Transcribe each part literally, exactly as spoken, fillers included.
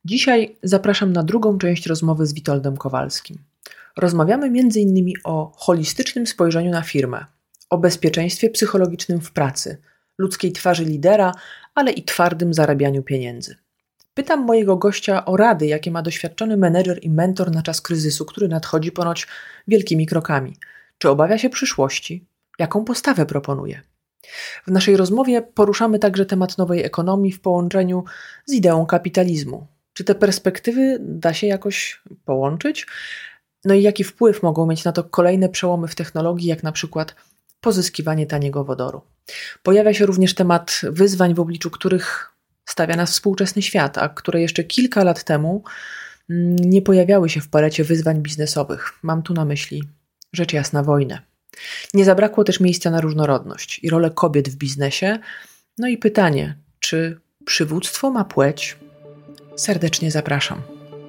Dzisiaj zapraszam na drugą część rozmowy z Witoldem Kowalskim. Rozmawiamy między innymi o holistycznym spojrzeniu na firmę, o bezpieczeństwie psychologicznym w pracy, ludzkiej twarzy lidera, ale i twardym zarabianiu pieniędzy. Pytam mojego gościa o rady, jakie ma doświadczony menedżer i mentor na czas kryzysu, który nadchodzi ponoć wielkimi krokami. Czy obawia się przyszłości? Jaką postawę proponuje? W naszej rozmowie poruszamy także temat nowej ekonomii w połączeniu z ideą kapitalizmu. Czy te perspektywy da się jakoś połączyć? No i jaki wpływ mogą mieć na to kolejne przełomy w technologii, jak na przykład pozyskiwanie taniego wodoru? Pojawia się również temat wyzwań, w obliczu których stawia nas współczesny świat, a które jeszcze kilka lat temu nie pojawiały się w palecie wyzwań biznesowych. Mam tu na myśli, rzecz jasna, wojnę. Nie zabrakło też miejsca na różnorodność i rolę kobiet w biznesie. No i pytanie, czy przywództwo ma płeć? Serdecznie zapraszam.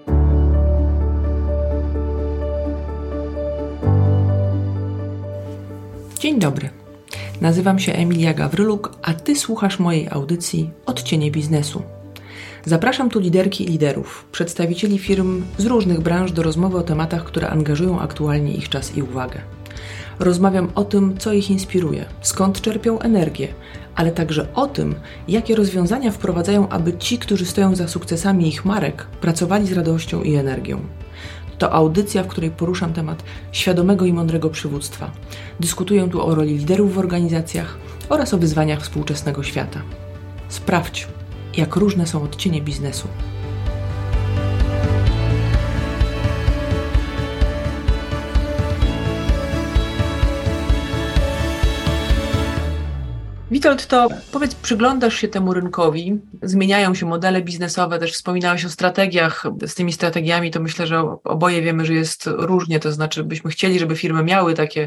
Dzień dobry. Nazywam się Emilia Gawryluk, a Ty słuchasz mojej audycji Odcienie biznesu. Zapraszam tu liderki i liderów, przedstawicieli firm z różnych branż do rozmowy o tematach, które angażują aktualnie ich czas i uwagę. Rozmawiam o tym, co ich inspiruje, skąd czerpią energię, ale także o tym, jakie rozwiązania wprowadzają, aby ci, którzy stoją za sukcesami ich marek, pracowali z radością i energią. To audycja, w której poruszam temat świadomego i mądrego przywództwa. Dyskutuję tu o roli liderów w organizacjach oraz o wyzwaniach współczesnego świata. Sprawdź, jak różne są odcienie biznesu. Witold, to powiedz, przyglądasz się temu rynkowi, zmieniają się modele biznesowe, też wspominałeś o strategiach. Z tymi strategiami to myślę, że oboje wiemy, że jest różnie, to znaczy byśmy chcieli, żeby firmy miały takie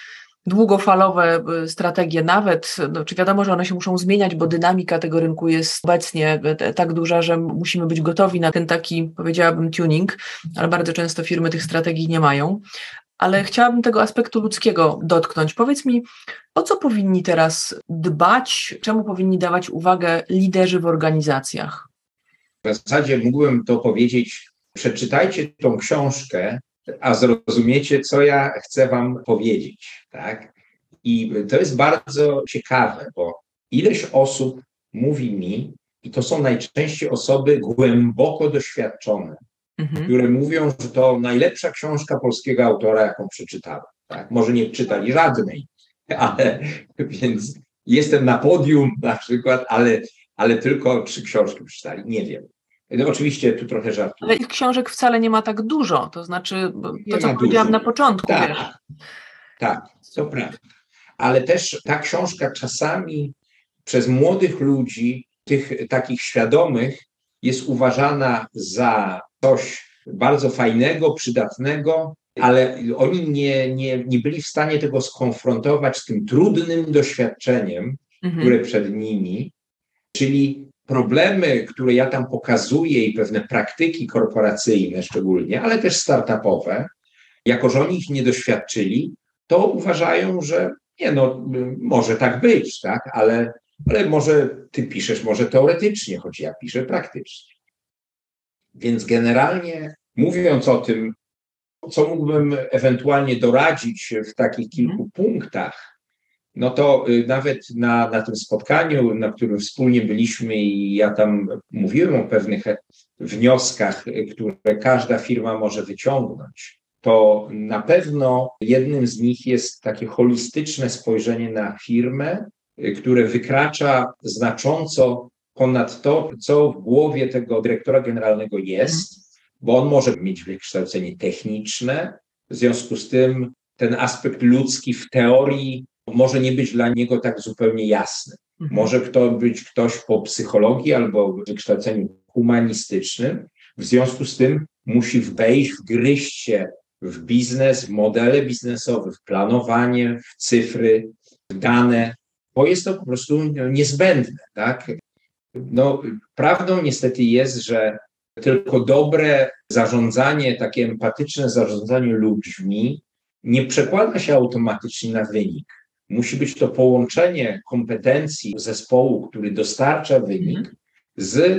długofalowe strategie nawet, no, czy wiadomo, że one się muszą zmieniać, bo dynamika tego rynku jest obecnie tak duża, że musimy być gotowi na ten taki, powiedziałabym, tuning, ale bardzo często firmy tych strategii nie mają. Ale chciałabym tego aspektu ludzkiego dotknąć. Powiedz mi, o co powinni teraz dbać, czemu powinni dawać uwagę liderzy w organizacjach? W zasadzie mógłbym to powiedzieć, przeczytajcie tą książkę, a zrozumiecie, co ja chcę wam powiedzieć, tak? I to jest bardzo ciekawe, bo ileś osób mówi mi, i to są najczęściej osoby głęboko doświadczone, mhm. które mówią, że to najlepsza książka polskiego autora, jaką przeczytałem. Tak? Może nie czytali żadnej, ale więc jestem na podium na przykład, ale, ale tylko trzy książki przeczytali. Nie wiem. No oczywiście tu trochę żartuję. Ale ich książek wcale nie ma tak dużo, to znaczy to, co powiedziałam na początku. Tak, wiesz. tak, to prawda. Ale też ta książka czasami przez młodych ludzi, tych takich świadomych, jest uważana za coś bardzo fajnego, przydatnego, ale oni nie, nie, nie byli w stanie tego skonfrontować z tym trudnym doświadczeniem, mhm. które przed nimi, czyli problemy, które ja tam pokazuję i pewne praktyki korporacyjne szczególnie, ale też startupowe, jako że oni ich nie doświadczyli, to uważają, że nie no, może tak być, tak, ale, ale może ty piszesz może teoretycznie, choć ja piszę praktycznie. Więc generalnie mówiąc o tym, co mógłbym ewentualnie doradzić w takich kilku punktach, no to nawet na, na tym spotkaniu, na którym wspólnie byliśmy i ja tam mówiłem o pewnych wnioskach, które każda firma może wyciągnąć, to na pewno jednym z nich jest takie holistyczne spojrzenie na firmę, które wykracza znacząco ponad to, co w głowie tego dyrektora generalnego jest, bo on może mieć wykształcenie techniczne, w związku z tym ten aspekt ludzki w teorii może nie być dla niego tak zupełnie jasny. Mhm. Może to być ktoś po psychologii albo wykształceniu humanistycznym, w związku z tym musi wejść, wgryźć się w biznes, w modele biznesowe, w planowanie, w cyfry, w dane, bo jest to po prostu niezbędne, tak? No, prawdą niestety jest, że tylko dobre zarządzanie, takie empatyczne zarządzanie ludźmi nie przekłada się automatycznie na wynik. Musi być to połączenie kompetencji zespołu, który dostarcza wynik, z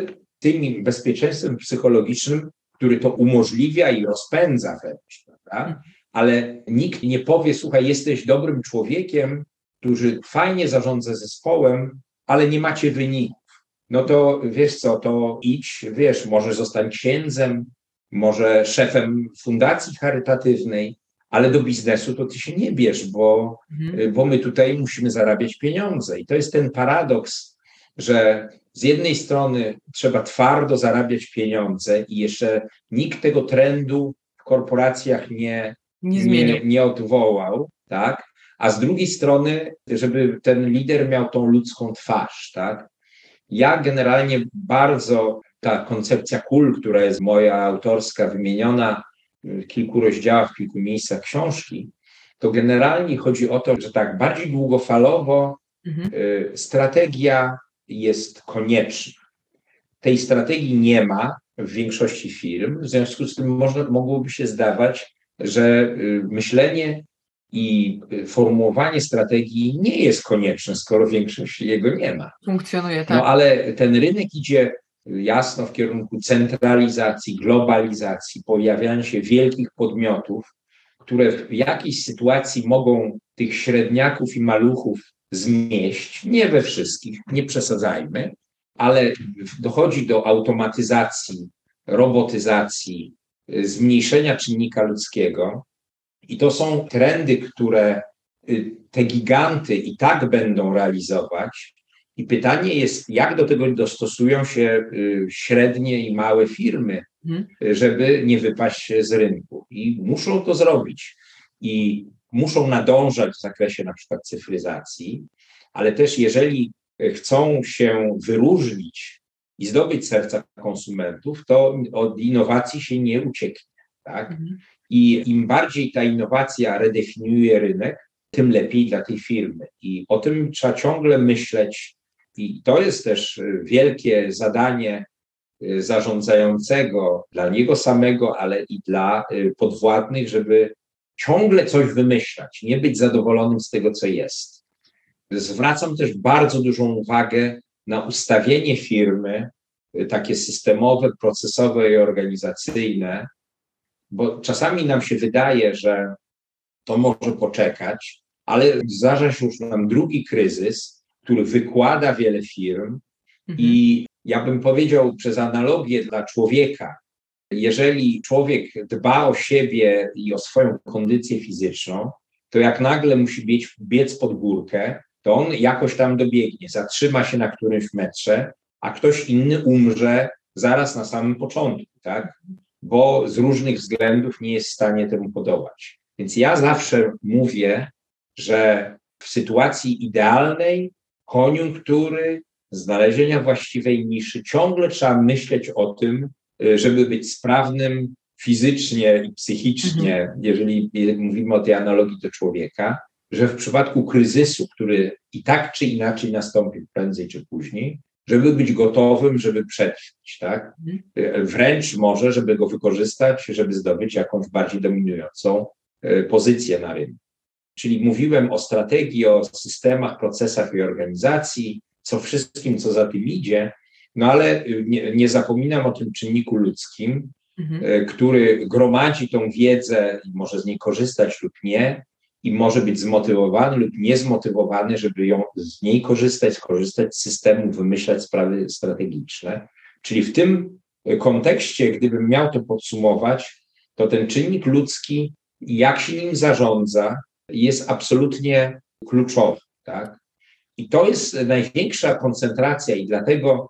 tym bezpieczeństwem psychologicznym, który to umożliwia i rozpędza wręcz, prawda? Ale nikt nie powie, słuchaj, jesteś dobrym człowiekiem, który fajnie zarządza zespołem, ale nie macie wyników. No to wiesz co, to idź, wiesz, może zostań księdzem, może szefem fundacji charytatywnej, ale do biznesu to ty się nie bierz, bo, mhm. bo my tutaj musimy zarabiać pieniądze. I to jest ten paradoks, że z jednej strony trzeba twardo zarabiać pieniądze i jeszcze nikt tego trendu w korporacjach nie, nie, nie, nie odwołał, tak? A z drugiej strony, żeby ten lider miał tą ludzką twarz, tak? Ja generalnie bardzo, ta koncepcja kul, która jest moja autorska, wymieniona w kilku rozdziałach, w kilku miejscach książki, to generalnie chodzi o to, że tak bardziej długofalowo mhm. y, strategia jest konieczna. Tej strategii nie ma w większości firm, w związku z tym można, mogłoby się zdawać, że y, myślenie i formułowanie strategii nie jest konieczne, skoro większość jego nie ma. Funkcjonuje, tak. No ale ten rynek idzie jasno w kierunku centralizacji, globalizacji, pojawiania się wielkich podmiotów, które w jakiejś sytuacji mogą tych średniaków i maluchów zmieść. Nie we wszystkich, nie przesadzajmy, ale dochodzi do automatyzacji, robotyzacji, zmniejszenia czynnika ludzkiego. I to są trendy, które te giganty i tak będą realizować. I pytanie jest, jak do tego dostosują się średnie i małe firmy, żeby nie wypaść z rynku. I muszą to zrobić. I muszą nadążać w zakresie na przykład cyfryzacji, ale też jeżeli chcą się wyróżnić i zdobyć serca konsumentów, to od innowacji się nie ucieknie. Tak? Mhm. I im bardziej ta innowacja redefiniuje rynek, tym lepiej dla tej firmy. I o tym trzeba ciągle myśleć. I to jest też wielkie zadanie zarządzającego dla niego samego, ale i dla podwładnych, żeby ciągle coś wymyślać, nie być zadowolonym z tego, co jest. Zwracam też bardzo dużą uwagę na ustawienie firmy, takie systemowe, procesowe i organizacyjne, bo czasami nam się wydaje, że to może poczekać, ale zdarza się już nam drugi kryzys, który wykłada wiele firm mhm. i ja bym powiedział przez analogię dla człowieka, jeżeli człowiek dba o siebie i o swoją kondycję fizyczną, to jak nagle musi biec, biec pod górkę, to on jakoś tam dobiegnie, zatrzyma się na którymś metrze, a ktoś inny umrze zaraz na samym początku, tak? Bo z różnych względów nie jest w stanie temu podołać. Więc ja zawsze mówię, że w sytuacji idealnej koniunktury, znalezienia właściwej niszy, ciągle trzeba myśleć o tym, żeby być sprawnym fizycznie i psychicznie, mhm. jeżeli mówimy o tej analogii do człowieka, że w przypadku kryzysu, który i tak czy inaczej nastąpi prędzej czy później, żeby być gotowym, żeby przetrwać, tak? Mhm. Wręcz może, żeby go wykorzystać, żeby zdobyć jakąś bardziej dominującą pozycję na rynku. Czyli mówiłem o strategii, o systemach, procesach i organizacji, co wszystkim, co za tym idzie, no ale nie, nie zapominam o tym czynniku ludzkim, mhm. który gromadzi tą wiedzę i może z niej korzystać lub nie i może być zmotywowany lub niezmotywowany, żeby ją z niej korzystać, skorzystać z systemu, wymyślać sprawy strategiczne. Czyli w tym kontekście, gdybym miał to podsumować, to ten czynnik ludzki, jak się nim zarządza, jest absolutnie kluczowy, tak? I to jest największa koncentracja i dlatego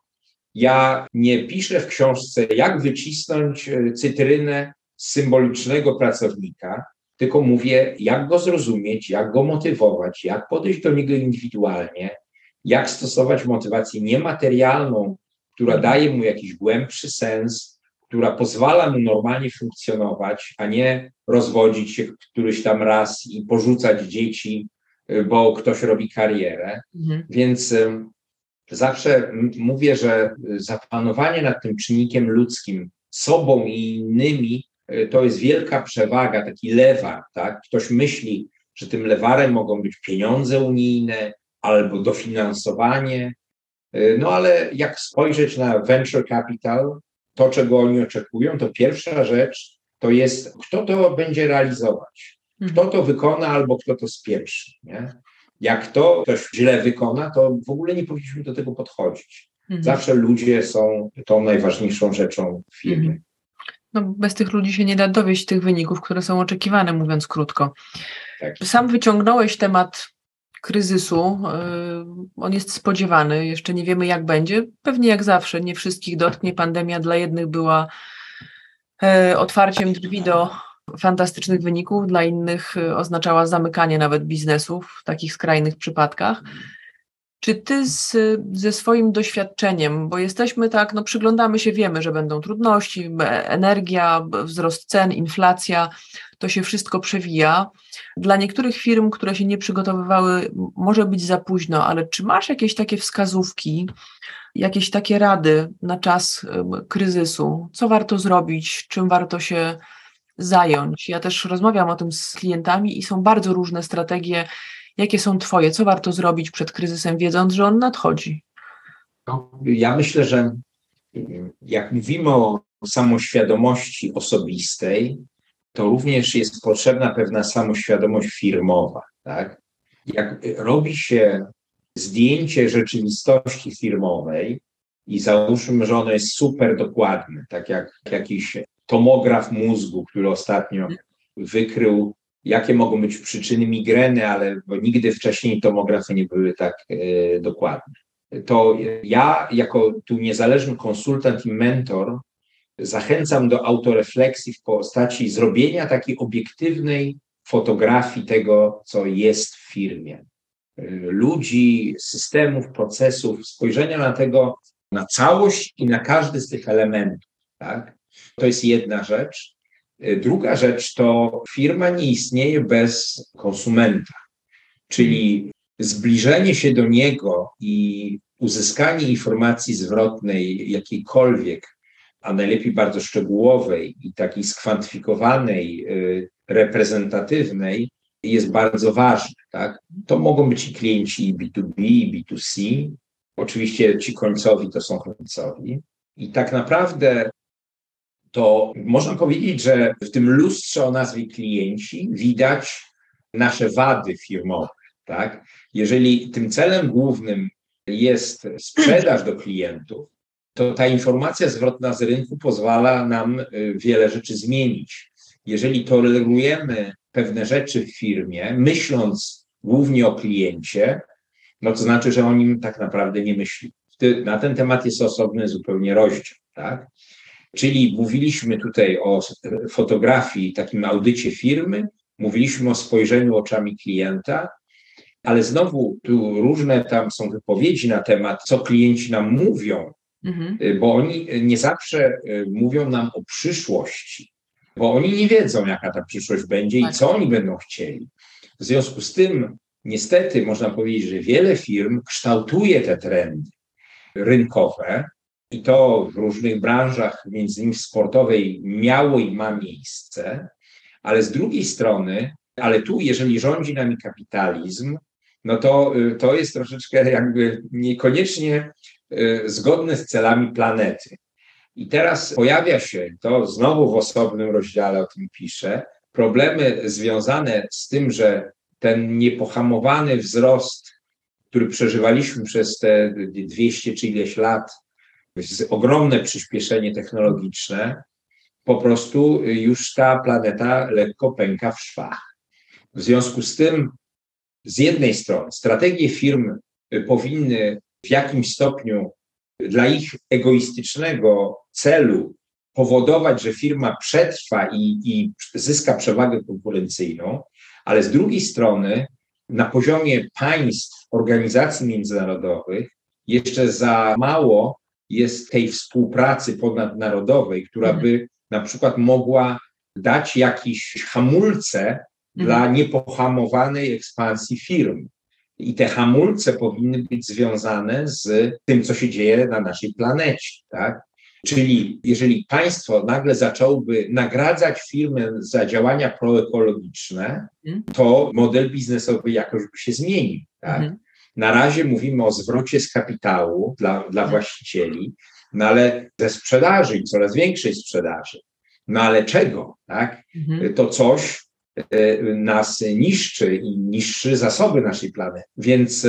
ja nie piszę w książce, jak wycisnąć cytrynę z symbolicznego pracownika, tylko mówię, jak go zrozumieć, jak go motywować, jak podejść do niego indywidualnie, jak stosować motywację niematerialną, która daje mu jakiś głębszy sens, która pozwala mu normalnie funkcjonować, a nie rozwodzić się któryś tam raz i porzucać dzieci, bo ktoś robi karierę. Mhm. Więc y, zawsze m- mówię, że zapanowanie nad tym czynnikiem ludzkim, sobą i innymi, y, to jest wielka przewaga, taki lewar, tak? Ktoś myśli, że tym lewarem mogą być pieniądze unijne albo dofinansowanie, No ale jak spojrzeć na venture capital, to czego oni oczekują, to pierwsza rzecz to jest, kto to będzie realizować, kto to wykona albo kto to spieprzy. Nie? Jak to ktoś źle wykona, to w ogóle nie powinniśmy do tego podchodzić. Mhm. Zawsze ludzie są tą najważniejszą rzeczą w firmie. Mhm. No, bez tych ludzi się nie da dowieść tych wyników, które są oczekiwane, mówiąc krótko. Tak. Sam wyciągnąłeś temat kryzysu. On jest spodziewany. Jeszcze nie wiemy, jak będzie. Pewnie jak zawsze. Nie wszystkich dotknie. Pandemia dla jednych była otwarciem drzwi do fantastycznych wyników, dla innych oznaczała zamykanie nawet biznesów w takich skrajnych przypadkach. Czy ty z, ze swoim doświadczeniem, bo jesteśmy tak, no przyglądamy się, wiemy, że będą trudności, energia, wzrost cen, inflacja, to się wszystko przewija. Dla niektórych firm, które się nie przygotowywały, może być za późno, ale czy masz jakieś takie wskazówki, jakieś takie rady na czas kryzysu? Co warto zrobić, czym warto się zająć? Ja też rozmawiam o tym z klientami i są bardzo różne strategie. Jakie są twoje? Co warto zrobić przed kryzysem, wiedząc, że on nadchodzi? Ja myślę, że jak mówimy o samoświadomości osobistej, to również jest potrzebna pewna samoświadomość firmowa. Tak? Jak robi się zdjęcie rzeczywistości firmowej i załóżmy, że ono jest super dokładne, tak jak jakiś tomograf mózgu, który ostatnio wykrył, jakie mogą być przyczyny migreny, ale bo nigdy wcześniej tomografy nie były tak e, dokładne. To ja jako tu niezależny konsultant i mentor zachęcam do autorefleksji w postaci zrobienia takiej obiektywnej fotografii tego, co jest w firmie. Ludzi, systemów, procesów, spojrzenia na tego, na całość i na każdy z tych elementów. Tak? To jest jedna rzecz. Druga rzecz to firma nie istnieje bez konsumenta, czyli zbliżenie się do niego i uzyskanie informacji zwrotnej jakiejkolwiek, a najlepiej bardzo szczegółowej i takiej skwantyfikowanej, reprezentatywnej jest bardzo ważne. Tak? To mogą być i klienci B dwa B, i B dwa C. Oczywiście ci końcowi to są końcowi. I tak naprawdę to można powiedzieć, że w tym lustrze o nazwie klienci widać nasze wady firmowe. Tak? Jeżeli tym celem głównym jest sprzedaż do klientów, to ta informacja zwrotna z rynku pozwala nam wiele rzeczy zmienić. Jeżeli tolerujemy pewne rzeczy w firmie, myśląc głównie o kliencie, no to znaczy, że o nim tak naprawdę nie myśli. Na ten temat jest osobny zupełnie rozdział. Tak? Czyli mówiliśmy tutaj o fotografii, takim audycie firmy, mówiliśmy o spojrzeniu oczami klienta, ale znowu tu różne tam są wypowiedzi na temat, co klienci nam mówią, mhm. bo oni nie zawsze mówią nam o przyszłości, bo oni nie wiedzą, jaka ta przyszłość będzie i co oni będą chcieli. W związku z tym, niestety, można powiedzieć, że wiele firm kształtuje te trendy rynkowe i to w różnych branżach, między innymi w sportowej, miało i ma miejsce, ale z drugiej strony, ale tu, jeżeli rządzi nami kapitalizm, no to to jest troszeczkę jakby niekoniecznie zgodne z celami planety. I teraz pojawia się, to znowu w osobnym rozdziale o tym piszę, problemy związane z tym, że ten niepohamowany wzrost, który przeżywaliśmy przez te dwieście czy ileś lat, ogromne przyspieszenie technologiczne, po prostu już ta planeta lekko pęka w szwach. W związku z tym, z jednej strony, strategie firm powinny w jakimś stopniu dla ich egoistycznego celu powodować, że firma przetrwa i, i zyska przewagę konkurencyjną, ale z drugiej strony na poziomie państw, organizacji międzynarodowych jeszcze za mało jest tej współpracy ponadnarodowej, która by na przykład mogła dać jakieś hamulce mhm. dla niepohamowanej ekspansji firm. I te hamulce powinny być związane z tym, co się dzieje na naszej planecie. Tak? Czyli jeżeli państwo nagle zaczęłoby nagradzać firmy za działania proekologiczne, mhm. to model biznesowy jakoś by się zmienił. Tak? Mhm. Na razie mówimy o zwrocie z kapitału dla, dla właścicieli, no ale ze sprzedaży i coraz większej sprzedaży. No ale czego, tak? Mhm. To coś nas niszczy i niszczy zasoby naszej planety. Więc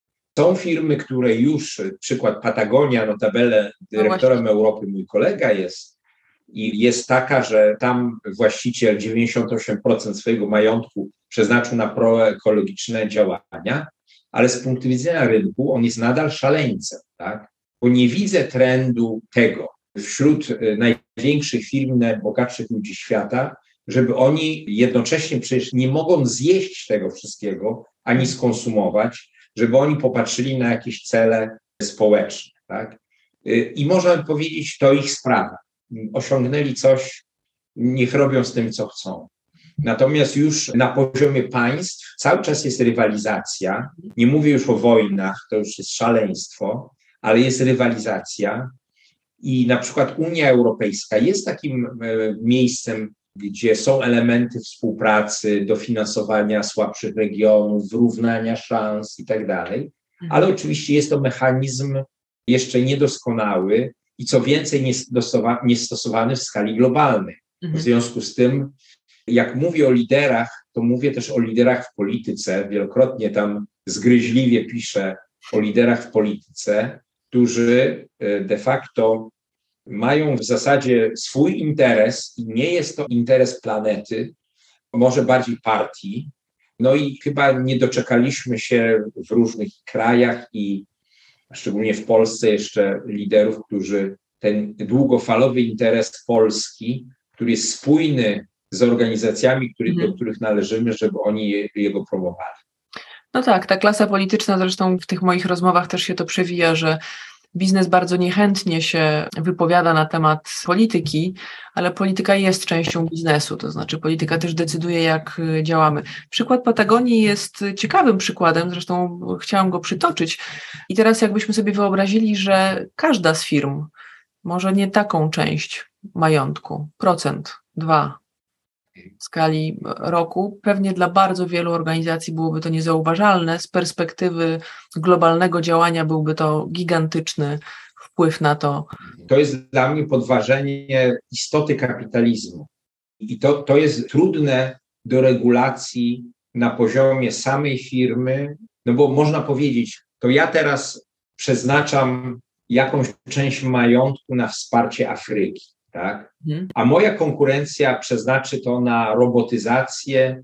są firmy, które już, przykład Patagonia, notabene dyrektorem no Europy mój kolega jest, i jest taka, że tam właściciel dziewięćdziesiąt osiem procent swojego majątku przeznaczył na proekologiczne działania, ale z punktu widzenia rynku on jest nadal szaleńcem, tak? Bo nie widzę trendu tego wśród największych firm, najbogatszych ludzi świata, żeby oni jednocześnie przecież nie mogą zjeść tego wszystkiego, ani skonsumować, żeby oni popatrzyli na jakieś cele społeczne, tak? I można powiedzieć, to ich sprawa. Osiągnęli coś, niech robią z tym, co chcą. Natomiast już na poziomie państw cały czas jest rywalizacja. Nie mówię już o wojnach, to już jest szaleństwo, ale jest rywalizacja. I na przykład Unia Europejska jest takim miejscem, gdzie są elementy współpracy, dofinansowania słabszych regionów, wyrównania szans i tak dalej. Ale oczywiście jest to mechanizm jeszcze niedoskonały i co więcej niestosowany w skali globalnej. W związku z tym, jak mówię o liderach, to mówię też o liderach w polityce. Wielokrotnie tam zgryźliwie piszę o liderach w polityce, którzy de facto mają w zasadzie swój interes i nie jest to interes planety, może bardziej partii. No i chyba nie doczekaliśmy się w różnych krajach i szczególnie w Polsce jeszcze liderów, którzy ten długofalowy interes Polski, który jest spójny z organizacjami, który, mhm. do których należymy, żeby oni je, jego promowali. No tak, ta klasa polityczna, zresztą w tych moich rozmowach też się to przewija, że biznes bardzo niechętnie się wypowiada na temat polityki, ale polityka jest częścią biznesu, to znaczy polityka też decyduje, jak działamy. Przykład Patagonii jest ciekawym przykładem, zresztą chciałam go przytoczyć. I teraz jakbyśmy sobie wyobrazili, że każda z firm, może nie taką część majątku, procent, dwa w skali roku, pewnie dla bardzo wielu organizacji byłoby to niezauważalne. Z perspektywy globalnego działania byłby to gigantyczny wpływ na to. To jest dla mnie podważenie istoty kapitalizmu. I to, to jest trudne do regulacji na poziomie samej firmy, no bo można powiedzieć, to ja teraz przeznaczam jakąś część majątku na wsparcie Afryki. Tak? A moja konkurencja przeznaczy to na robotyzację,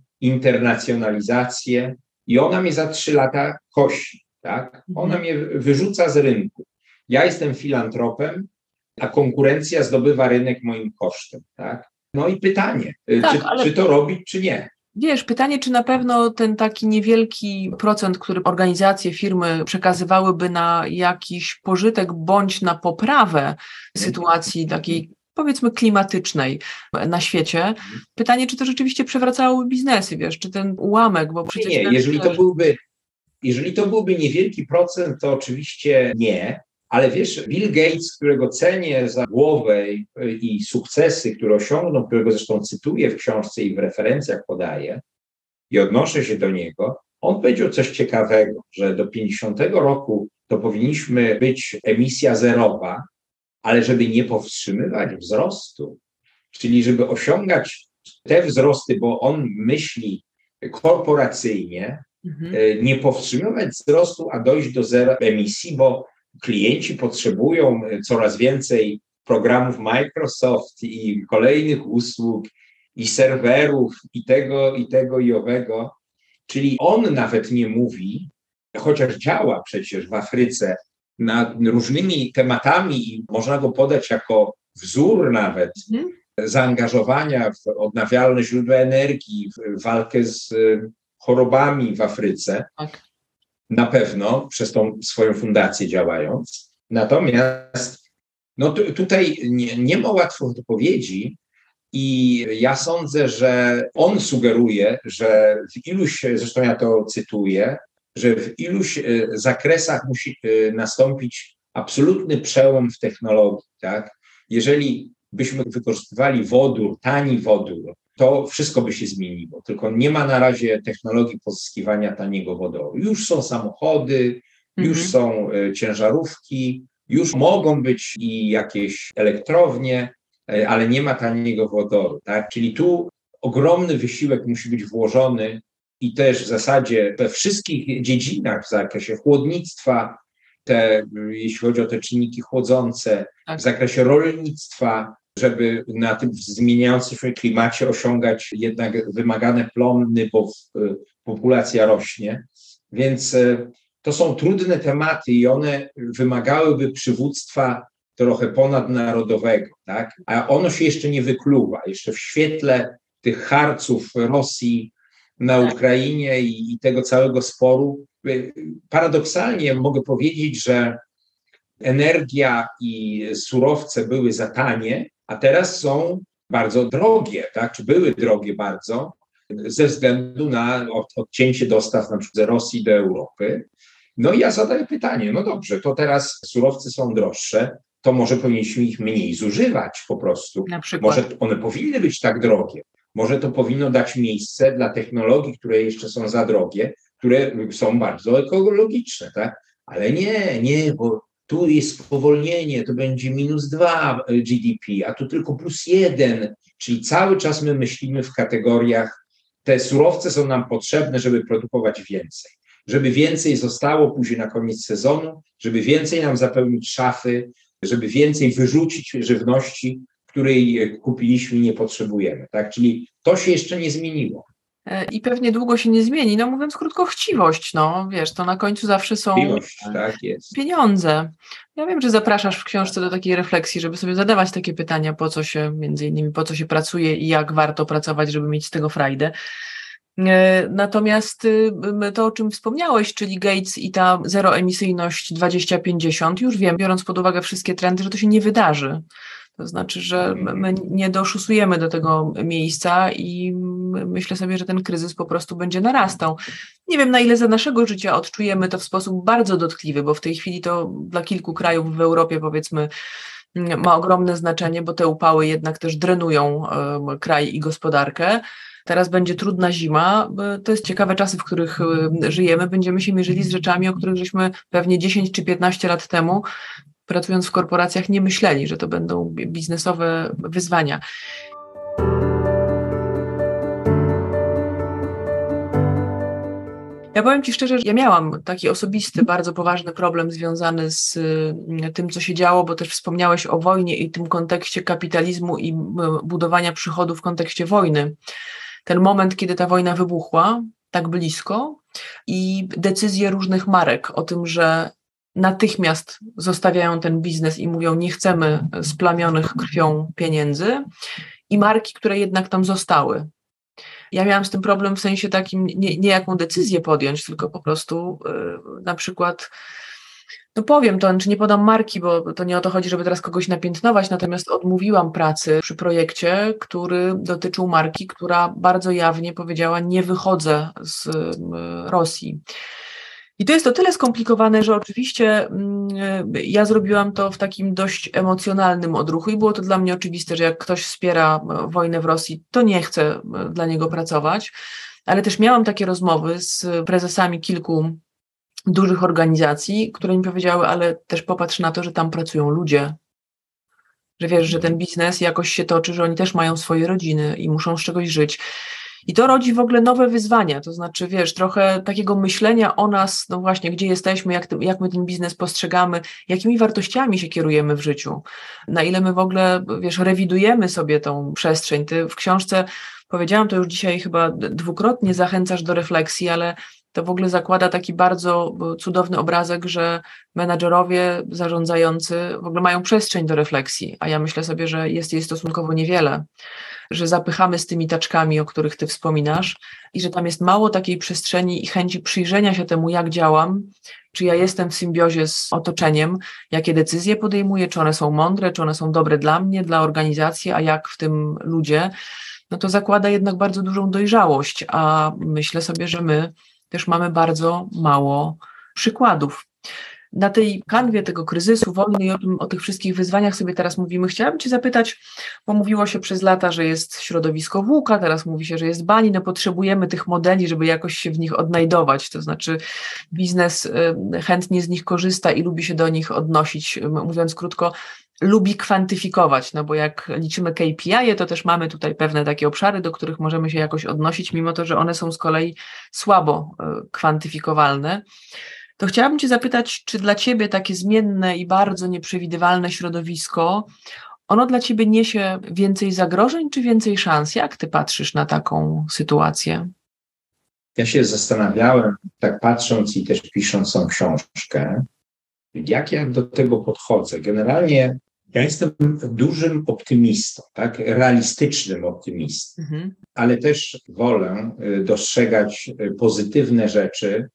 internacjonalizację i ona mnie za trzy lata kosi. Tak? Ona mnie wyrzuca z rynku. Ja jestem filantropem, a konkurencja zdobywa rynek moim kosztem. Tak? No i pytanie, tak, czy, ale... czy to robić, czy nie? Wiesz, pytanie, czy na pewno ten taki niewielki procent, który organizacje, firmy przekazywałyby na jakiś pożytek bądź na poprawę sytuacji takiej, powiedzmy, klimatycznej na świecie. Pytanie, czy to rzeczywiście przewracałoby biznesy, wiesz, czy ten ułamek, bo przecież... Nie, jeżeli to byłby, jeżeli to byłby niewielki procent, to oczywiście nie, ale wiesz, Bill Gates, którego cenię za głowę i sukcesy, które osiągnął, którego zresztą cytuję w książce i w referencjach podaję i odnoszę się do niego, on powiedział coś ciekawego, że do pięćdziesiątego roku to powinniśmy być emisja zerowa, ale żeby nie powstrzymywać wzrostu, czyli żeby osiągać te wzrosty, bo on myśli korporacyjnie, mhm. nie powstrzymywać wzrostu, a dojść do zera emisji, bo klienci potrzebują coraz więcej programów Microsoft i kolejnych usług i serwerów i tego, i tego, i owego. Czyli on nawet nie mówi, chociaż działa przecież w Afryce nad różnymi tematami i można go podać jako wzór nawet mm. zaangażowania w odnawialne źródła energii, w walkę z chorobami w Afryce. Tak. Na pewno przez tą swoją fundację działając. Natomiast no tu, tutaj nie, nie ma łatwych odpowiedzi i ja sądzę, że on sugeruje, że w iluś, zresztą ja to cytuję, że w iluś zakresach musi nastąpić absolutny przełom w technologii. Tak? Jeżeli byśmy wykorzystywali wodór, tani wodór to wszystko by się zmieniło. Tylko nie ma na razie technologii pozyskiwania taniego wodoru. Już są samochody, już Mhm. są ciężarówki, już mogą być i jakieś elektrownie, ale nie ma taniego wodoru. Tak? Czyli tu ogromny wysiłek musi być włożony i też w zasadzie we wszystkich dziedzinach w zakresie chłodnictwa, te, jeśli chodzi o te czynniki chłodzące, Tak. w zakresie rolnictwa, żeby na tym zmieniającym się klimacie osiągać jednak wymagane plony, bo populacja rośnie. Więc to są trudne tematy i one wymagałyby przywództwa trochę ponadnarodowego, tak? A ono się jeszcze nie wykluwa. Jeszcze w świetle tych harców Rosji na Ukrainie i, i tego całego sporu, paradoksalnie mogę powiedzieć, że energia i surowce były za tanie, a teraz są bardzo drogie, tak? Czy były drogie bardzo, ze względu na od, odcięcie dostaw na przykład z Rosji do Europy. No i ja zadaję pytanie, no dobrze, to teraz surowce są droższe, to może powinniśmy ich mniej zużywać po prostu. Na przykład. Może one powinny być tak drogie. Może to powinno dać miejsce dla technologii, które jeszcze są za drogie, które są bardzo ekologiczne, tak? Ale nie, nie, bo tu jest spowolnienie, to będzie minus dwa G D P, a tu tylko plus jeden. Czyli cały czas my myślimy w kategoriach, te surowce są nam potrzebne, żeby produkować więcej. Żeby więcej zostało później na koniec sezonu, żeby więcej nam zapełnić szafy, żeby więcej wyrzucić żywności, której kupiliśmy i nie potrzebujemy. Tak? Czyli to się jeszcze nie zmieniło. I pewnie długo się nie zmieni. No mówiąc krótko, chciwość, no wiesz, to na końcu zawsze są Chciwość, tak jest. pieniądze. Ja wiem, że zapraszasz w książce do takiej refleksji, żeby sobie zadawać takie pytania, po co się, między innymi, po co się pracuje i jak warto pracować, żeby mieć z tego frajdę. Natomiast to, o czym wspomniałeś, czyli Gates i ta zeroemisyjność dwadzieścia pięćdziesiąt, już wiem, biorąc pod uwagę wszystkie trendy, że to się nie wydarzy. To znaczy, że my nie doszusujemy do tego miejsca i myślę sobie, że ten kryzys po prostu będzie narastał. Nie wiem, na ile za naszego życia odczujemy to w sposób bardzo dotkliwy, bo w tej chwili to dla kilku krajów w Europie, powiedzmy, ma ogromne znaczenie, bo te upały jednak też drenują kraj i gospodarkę. Teraz będzie trudna zima. To jest ciekawe czasy, w których żyjemy. Będziemy się mierzyli z rzeczami, o których żeśmy pewnie dziesięć czy piętnaście lat temu, pracując w korporacjach, nie myśleli, że to będą biznesowe wyzwania. Ja powiem Ci szczerze, że ja miałam taki osobisty, bardzo poważny problem związany z tym, co się działo, bo też wspomniałeś o wojnie i tym kontekście kapitalizmu i budowania przychodów w kontekście wojny. Ten moment, kiedy ta wojna wybuchła, tak blisko, i decyzje różnych marek o tym, że natychmiast zostawiają ten biznes i mówią, nie chcemy splamionych krwią pieniędzy, i marki, które jednak tam zostały. Ja miałam z tym problem w sensie takim, nie, nie jaką decyzję podjąć, tylko po prostu yy, na przykład, no powiem to, czy nie podam marki, bo to nie o to chodzi, żeby teraz kogoś napiętnować, natomiast odmówiłam pracy przy projekcie, który dotyczył marki, która bardzo jawnie powiedziała, nie wychodzę z yy, Rosji. I to jest o tyle skomplikowane, że oczywiście ja zrobiłam to w takim dość emocjonalnym odruchu i było to dla mnie oczywiste, że jak ktoś wspiera wojnę w Rosji, to nie chcę dla niego pracować, ale też miałam takie rozmowy z prezesami kilku dużych organizacji, które mi powiedziały, ale też popatrz na to, że tam pracują ludzie, że wiesz, że ten biznes jakoś się toczy, że oni też mają swoje rodziny i muszą z czegoś żyć. I to rodzi w ogóle nowe wyzwania, to znaczy, wiesz, trochę takiego myślenia o nas, no właśnie, gdzie jesteśmy, jak, ty, jak my ten biznes postrzegamy, jakimi wartościami się kierujemy w życiu, na ile my w ogóle, wiesz, rewidujemy sobie tą przestrzeń. Ty w książce, powiedziałam to już dzisiaj chyba dwukrotnie, zachęcasz do refleksji, ale to w ogóle zakłada taki bardzo cudowny obrazek, że menadżerowie zarządzający w ogóle mają przestrzeń do refleksji, a ja myślę sobie, że jest jej stosunkowo niewiele, że zapychamy z tymi taczkami, o których ty wspominasz i że tam jest mało takiej przestrzeni i chęci przyjrzenia się temu, jak działam, czy ja jestem w symbiozie z otoczeniem, jakie decyzje podejmuję, czy one są mądre, czy one są dobre dla mnie, dla organizacji, a jak w tym ludzie, no to zakłada jednak bardzo dużą dojrzałość, a myślę sobie, że my też mamy bardzo mało przykładów. Na tej kanwie tego kryzysu, wojny i o, tym, o tych wszystkich wyzwaniach sobie teraz mówimy. Chciałabym Cię zapytać, bo mówiło się przez lata, że jest środowisko włóka, teraz mówi się, że jest bani, no potrzebujemy tych modeli, żeby jakoś się w nich odnajdować, to znaczy biznes y, chętnie z nich korzysta i lubi się do nich odnosić, mówiąc krótko, lubi kwantyfikować, no bo jak liczymy K P I, to też mamy tutaj pewne takie obszary, do których możemy się jakoś odnosić, mimo to, że one są z kolei słabo y, kwantyfikowalne. To chciałabym Cię zapytać, czy dla Ciebie takie zmienne i bardzo nieprzewidywalne środowisko, ono dla Ciebie niesie więcej zagrożeń czy więcej szans? Jak Ty patrzysz na taką sytuację? Ja się zastanawiałem, tak patrząc i też pisząc tą książkę, jak ja do tego podchodzę. Generalnie ja jestem dużym optymistą, tak? Realistycznym optymistą, mhm. ale też wolę dostrzegać pozytywne rzeczy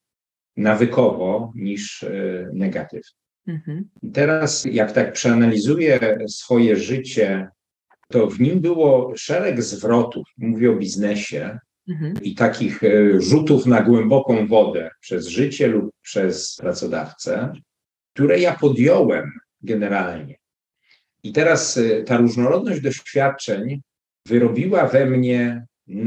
nawykowo niż negatywne. Mhm. Teraz jak tak przeanalizuję swoje życie, to w nim było szereg zwrotów, mówię o biznesie, mhm. i takich rzutów na głęboką wodę przez życie lub przez pracodawcę, które ja podjąłem generalnie. I teraz ta różnorodność doświadczeń wyrobiła we mnie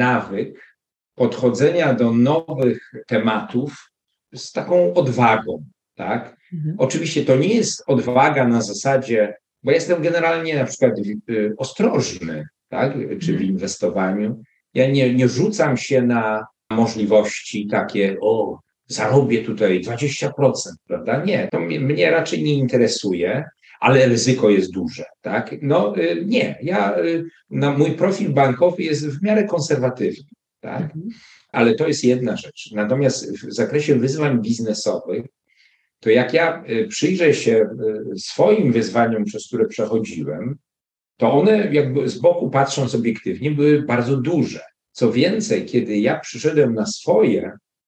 nawyk podchodzenia do nowych tematów z taką odwagą, tak? Mhm. Oczywiście to nie jest odwaga na zasadzie, bo jestem generalnie na przykład ostrożny, tak? Czy w inwestowaniu. Ja nie, nie rzucam się na możliwości takie, o, zarobię tutaj dwadzieścia procent, prawda? Nie, to mnie, mnie raczej nie interesuje, ale ryzyko jest duże, tak? No nie, ja, na mój profil bankowy jest w miarę konserwatywny, tak? Mhm. Ale to jest jedna rzecz. Natomiast w zakresie wyzwań biznesowych, to jak ja przyjrzę się swoim wyzwaniom, przez które przechodziłem, to one jakby z boku patrząc obiektywnie były bardzo duże. Co więcej, kiedy ja przyszedłem na swoje,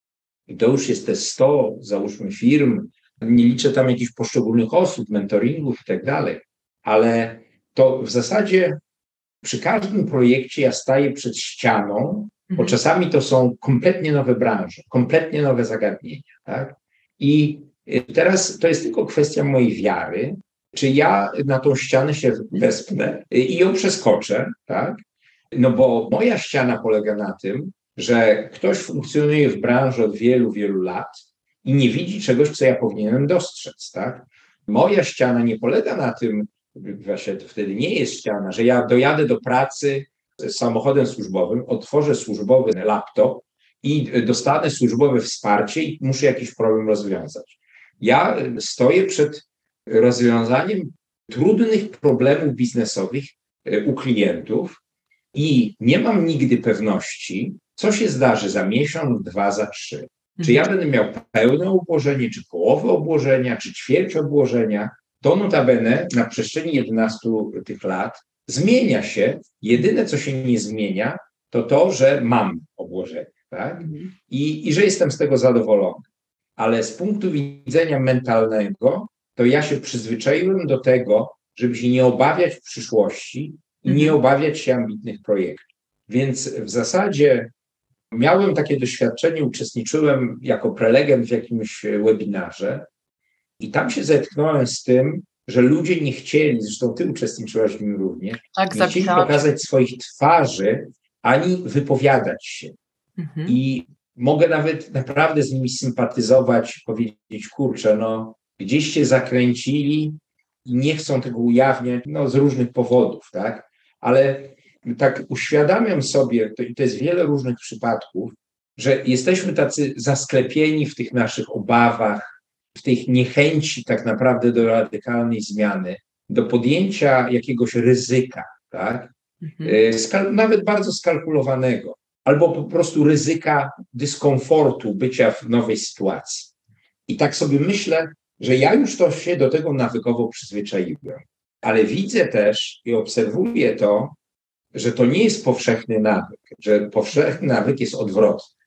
i to już jest te sto, załóżmy, firm, nie liczę tam jakichś poszczególnych osób, mentoringów i tak dalej, ale to w zasadzie przy każdym projekcie ja staję przed ścianą, bo mhm. czasami to są kompletnie nowe branże, kompletnie nowe zagadnienia, tak? I teraz to jest tylko kwestia mojej wiary, czy ja na tą ścianę się wespnę i ją przeskoczę, tak? No bo moja ściana polega na tym, że ktoś funkcjonuje w branży od wielu, wielu lat i nie widzi czegoś, co ja powinienem dostrzec, tak? Moja ściana nie polega na tym, właśnie to wtedy nie jest ściana, że ja dojadę do pracy z samochodem służbowym, otworzę służbowy laptop i dostanę służbowe wsparcie i muszę jakiś problem rozwiązać. Ja stoję przed rozwiązaniem trudnych problemów biznesowych u klientów i nie mam nigdy pewności, co się zdarzy za miesiąc, dwa, za trzy. Czy ja będę miał pełne obłożenie, czy połowę obłożenia, czy ćwierć obłożenia. To notabene na przestrzeni jedenastu tych lat zmienia się. Jedyne, co się nie zmienia, to to, że mam obłożenie, tak? I, i że jestem z tego zadowolony. Ale z punktu widzenia mentalnego, to ja się przyzwyczaiłem do tego, żeby się nie obawiać w przyszłości i nie obawiać się ambitnych projektów. Więc w zasadzie miałem takie doświadczenie, uczestniczyłem jako prelegent w jakimś webinarze i tam się zetknąłem z tym, że ludzie nie chcieli, zresztą ty uczestniczyłaś w nim również, tak, nie chcieli pokazać swoich twarzy, ani wypowiadać się. Mhm. I mogę nawet naprawdę z nimi sympatyzować, powiedzieć, kurczę, no gdzieś się zakręcili i nie chcą tego ujawniać, no z różnych powodów, tak? Ale tak uświadamiam sobie, to, i to jest wiele różnych przypadków, że jesteśmy tacy zasklepieni w tych naszych obawach, w tej niechęci tak naprawdę do radykalnej zmiany, do podjęcia jakiegoś ryzyka, tak? Mhm. Skal- nawet bardzo skalkulowanego, albo po prostu ryzyka dyskomfortu bycia w nowej sytuacji. I tak sobie myślę, że ja już to się do tego nawykowo przyzwyczaiłem, ale widzę też i obserwuję to, że to nie jest powszechny nawyk, że powszechny nawyk jest odwrotny.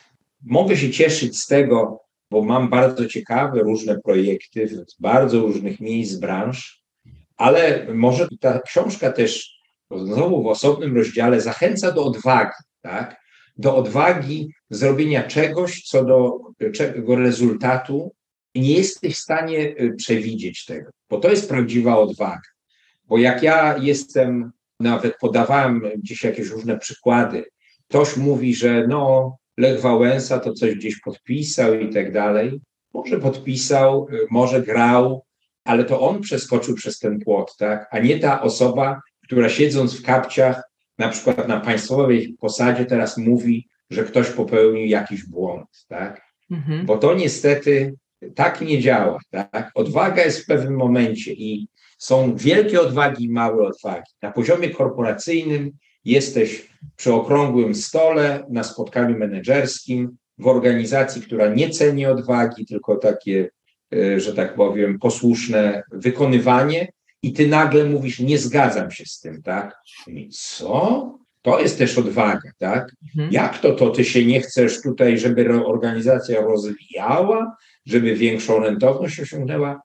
Mogę się cieszyć z tego, bo mam bardzo ciekawe różne projekty z bardzo różnych miejsc, branż, ale może ta książka też znowu w osobnym rozdziale zachęca do odwagi, tak? Do odwagi zrobienia czegoś, co do czego rezultatu nie jesteś w stanie przewidzieć tego, bo to jest prawdziwa odwaga. Bo jak ja jestem, nawet podawałem gdzieś jakieś różne przykłady, ktoś mówi, że no Lech Wałęsa to coś gdzieś podpisał i tak dalej. Może podpisał, może grał, ale to on przeskoczył przez ten płot, tak? A nie ta osoba, która siedząc w kapciach, na przykład na państwowej posadzie teraz mówi, że ktoś popełnił jakiś błąd, tak? Mhm. Bo to niestety tak nie działa, tak? Odwaga jest w pewnym momencie i są wielkie odwagi i małe odwagi. Na poziomie korporacyjnym jesteś przy okrągłym stole, na spotkaniu menedżerskim, w organizacji, która nie ceni odwagi, tylko takie, że tak powiem, posłuszne wykonywanie i ty nagle mówisz, nie zgadzam się z tym, tak? I co? To jest też odwaga, tak? Mhm. Jak to, to ty się nie chcesz tutaj, żeby organizacja rozwijała, żeby większą rentowność osiągnęła?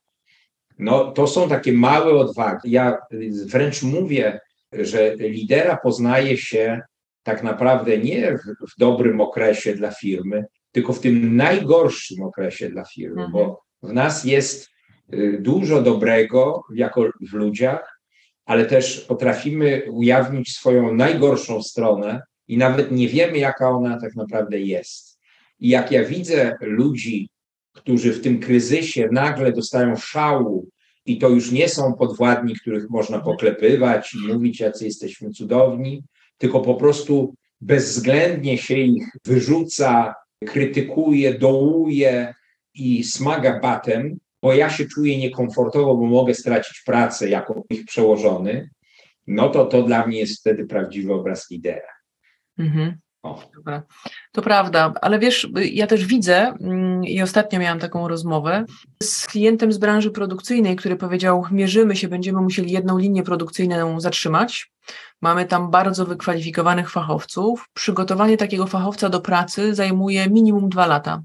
No to są takie małe odwagi. Ja wręcz mówię, że lidera poznaje się tak naprawdę nie w, w dobrym okresie dla firmy, tylko w tym najgorszym okresie dla firmy, mhm. bo w nas jest dużo dobrego jako w ludziach, ale też potrafimy ujawnić swoją najgorszą stronę i nawet nie wiemy, jaka ona tak naprawdę jest. I jak ja widzę ludzi, którzy w tym kryzysie nagle dostają szału i to już nie są podwładni, których można poklepywać i mówić, jacy jesteśmy cudowni, tylko po prostu bezwzględnie się ich wyrzuca, krytykuje, dołuje i smaga batem, bo ja się czuję niekomfortowo, bo mogę stracić pracę jako ich przełożony, no to to dla mnie jest wtedy prawdziwy obraz lidera. Mhm. Dobra. To prawda, ale wiesz, ja też widzę i ostatnio miałam taką rozmowę z klientem z branży produkcyjnej, który powiedział, mierzymy się, będziemy musieli jedną linię produkcyjną zatrzymać. Mamy tam bardzo wykwalifikowanych fachowców. Przygotowanie takiego fachowca do pracy zajmuje minimum dwa lata.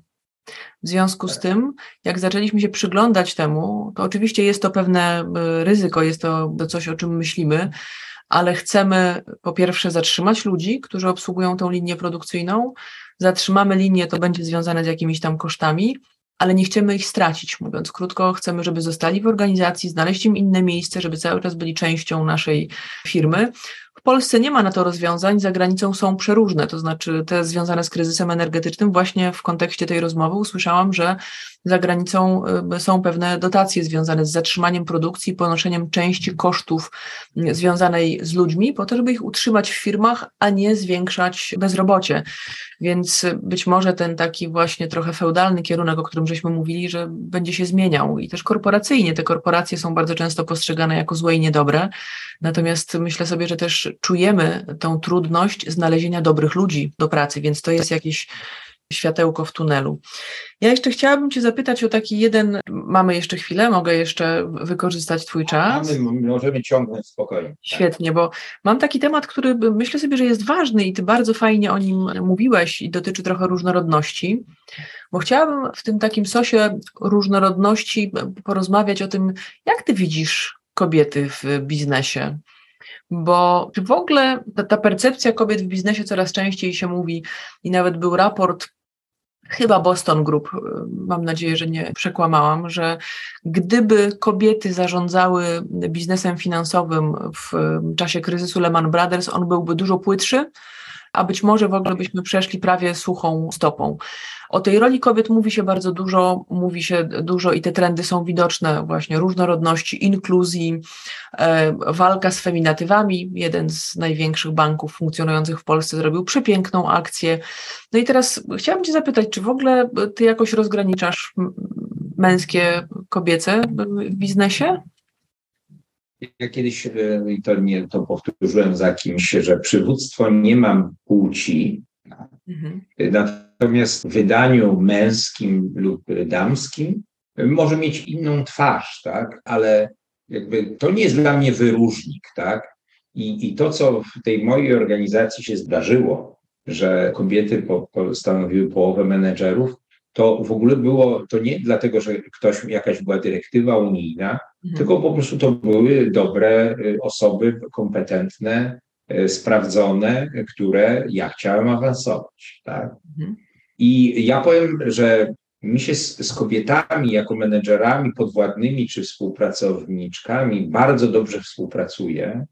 W związku z tym, jak zaczęliśmy się przyglądać temu, to oczywiście jest to pewne ryzyko, jest to coś, o czym myślimy, ale chcemy po pierwsze zatrzymać ludzi, którzy obsługują tą linię produkcyjną. Zatrzymamy linię, to będzie związane z jakimiś tam kosztami, ale nie chcemy ich stracić, mówiąc krótko. Chcemy, żeby zostali w organizacji, znaleźć im inne miejsce, żeby cały czas byli częścią naszej firmy. W Polsce nie ma na to rozwiązań, za granicą są przeróżne, to znaczy te związane z kryzysem energetycznym. Właśnie w kontekście tej rozmowy usłyszałam, że za granicą są pewne dotacje związane z zatrzymaniem produkcji, ponoszeniem części kosztów związanej z ludźmi, po to, żeby ich utrzymać w firmach, a nie zwiększać bezrobocie. Więc być może ten taki właśnie trochę feudalny kierunek, o którym żeśmy mówili, że będzie się zmieniał i też korporacyjnie. Te korporacje są bardzo często postrzegane jako złe i niedobre, natomiast myślę sobie, że też czujemy tą trudność znalezienia dobrych ludzi do pracy, więc to jest jakieś światełko w tunelu. Ja jeszcze chciałabym Cię zapytać o taki jeden, mamy jeszcze chwilę, mogę jeszcze wykorzystać Twój czas? Mamy, możemy ciągnąć spokojnie. Świetnie, bo mam taki temat, który myślę sobie, że jest ważny i Ty bardzo fajnie o nim mówiłeś i dotyczy trochę różnorodności, bo chciałabym w tym takim sosie różnorodności porozmawiać o tym, jak Ty widzisz kobiety w biznesie. Bo czy w ogóle ta, ta percepcja kobiet w biznesie coraz częściej się mówi i nawet był raport, chyba Boston Group, mam nadzieję, że nie przekłamałam, że gdyby kobiety zarządzały biznesem finansowym w czasie kryzysu Lehman Brothers, on byłby dużo płytszy, a być może w ogóle byśmy przeszli prawie suchą stopą. O tej roli kobiet mówi się bardzo dużo, mówi się dużo i te trendy są widoczne, właśnie różnorodności, inkluzji, e, walka z feminatywami. Jeden z największych banków funkcjonujących w Polsce zrobił przepiękną akcję. No i teraz chciałabym Cię zapytać, czy w ogóle Ty jakoś rozgraniczasz męskie, kobiece w biznesie? Ja kiedyś, i to nie to powtórzyłem za kimś, że przywództwo nie ma płci, mhm. natomiast w wydaniu męskim lub damskim może mieć inną twarz, tak? Ale jakby to nie jest dla mnie wyróżnik, tak? I, i to, co w tej mojej organizacji się zdarzyło, że kobiety po, po stanowiły połowę menedżerów, to w ogóle było, to nie dlatego, że ktoś, jakaś była dyrektywa unijna, mhm. tylko po prostu to były dobre osoby, kompetentne, sprawdzone, które ja chciałem awansować, tak? Mhm. I ja powiem, że mi się z, z kobietami jako menedżerami podwładnymi czy współpracowniczkami bardzo dobrze współpracuje.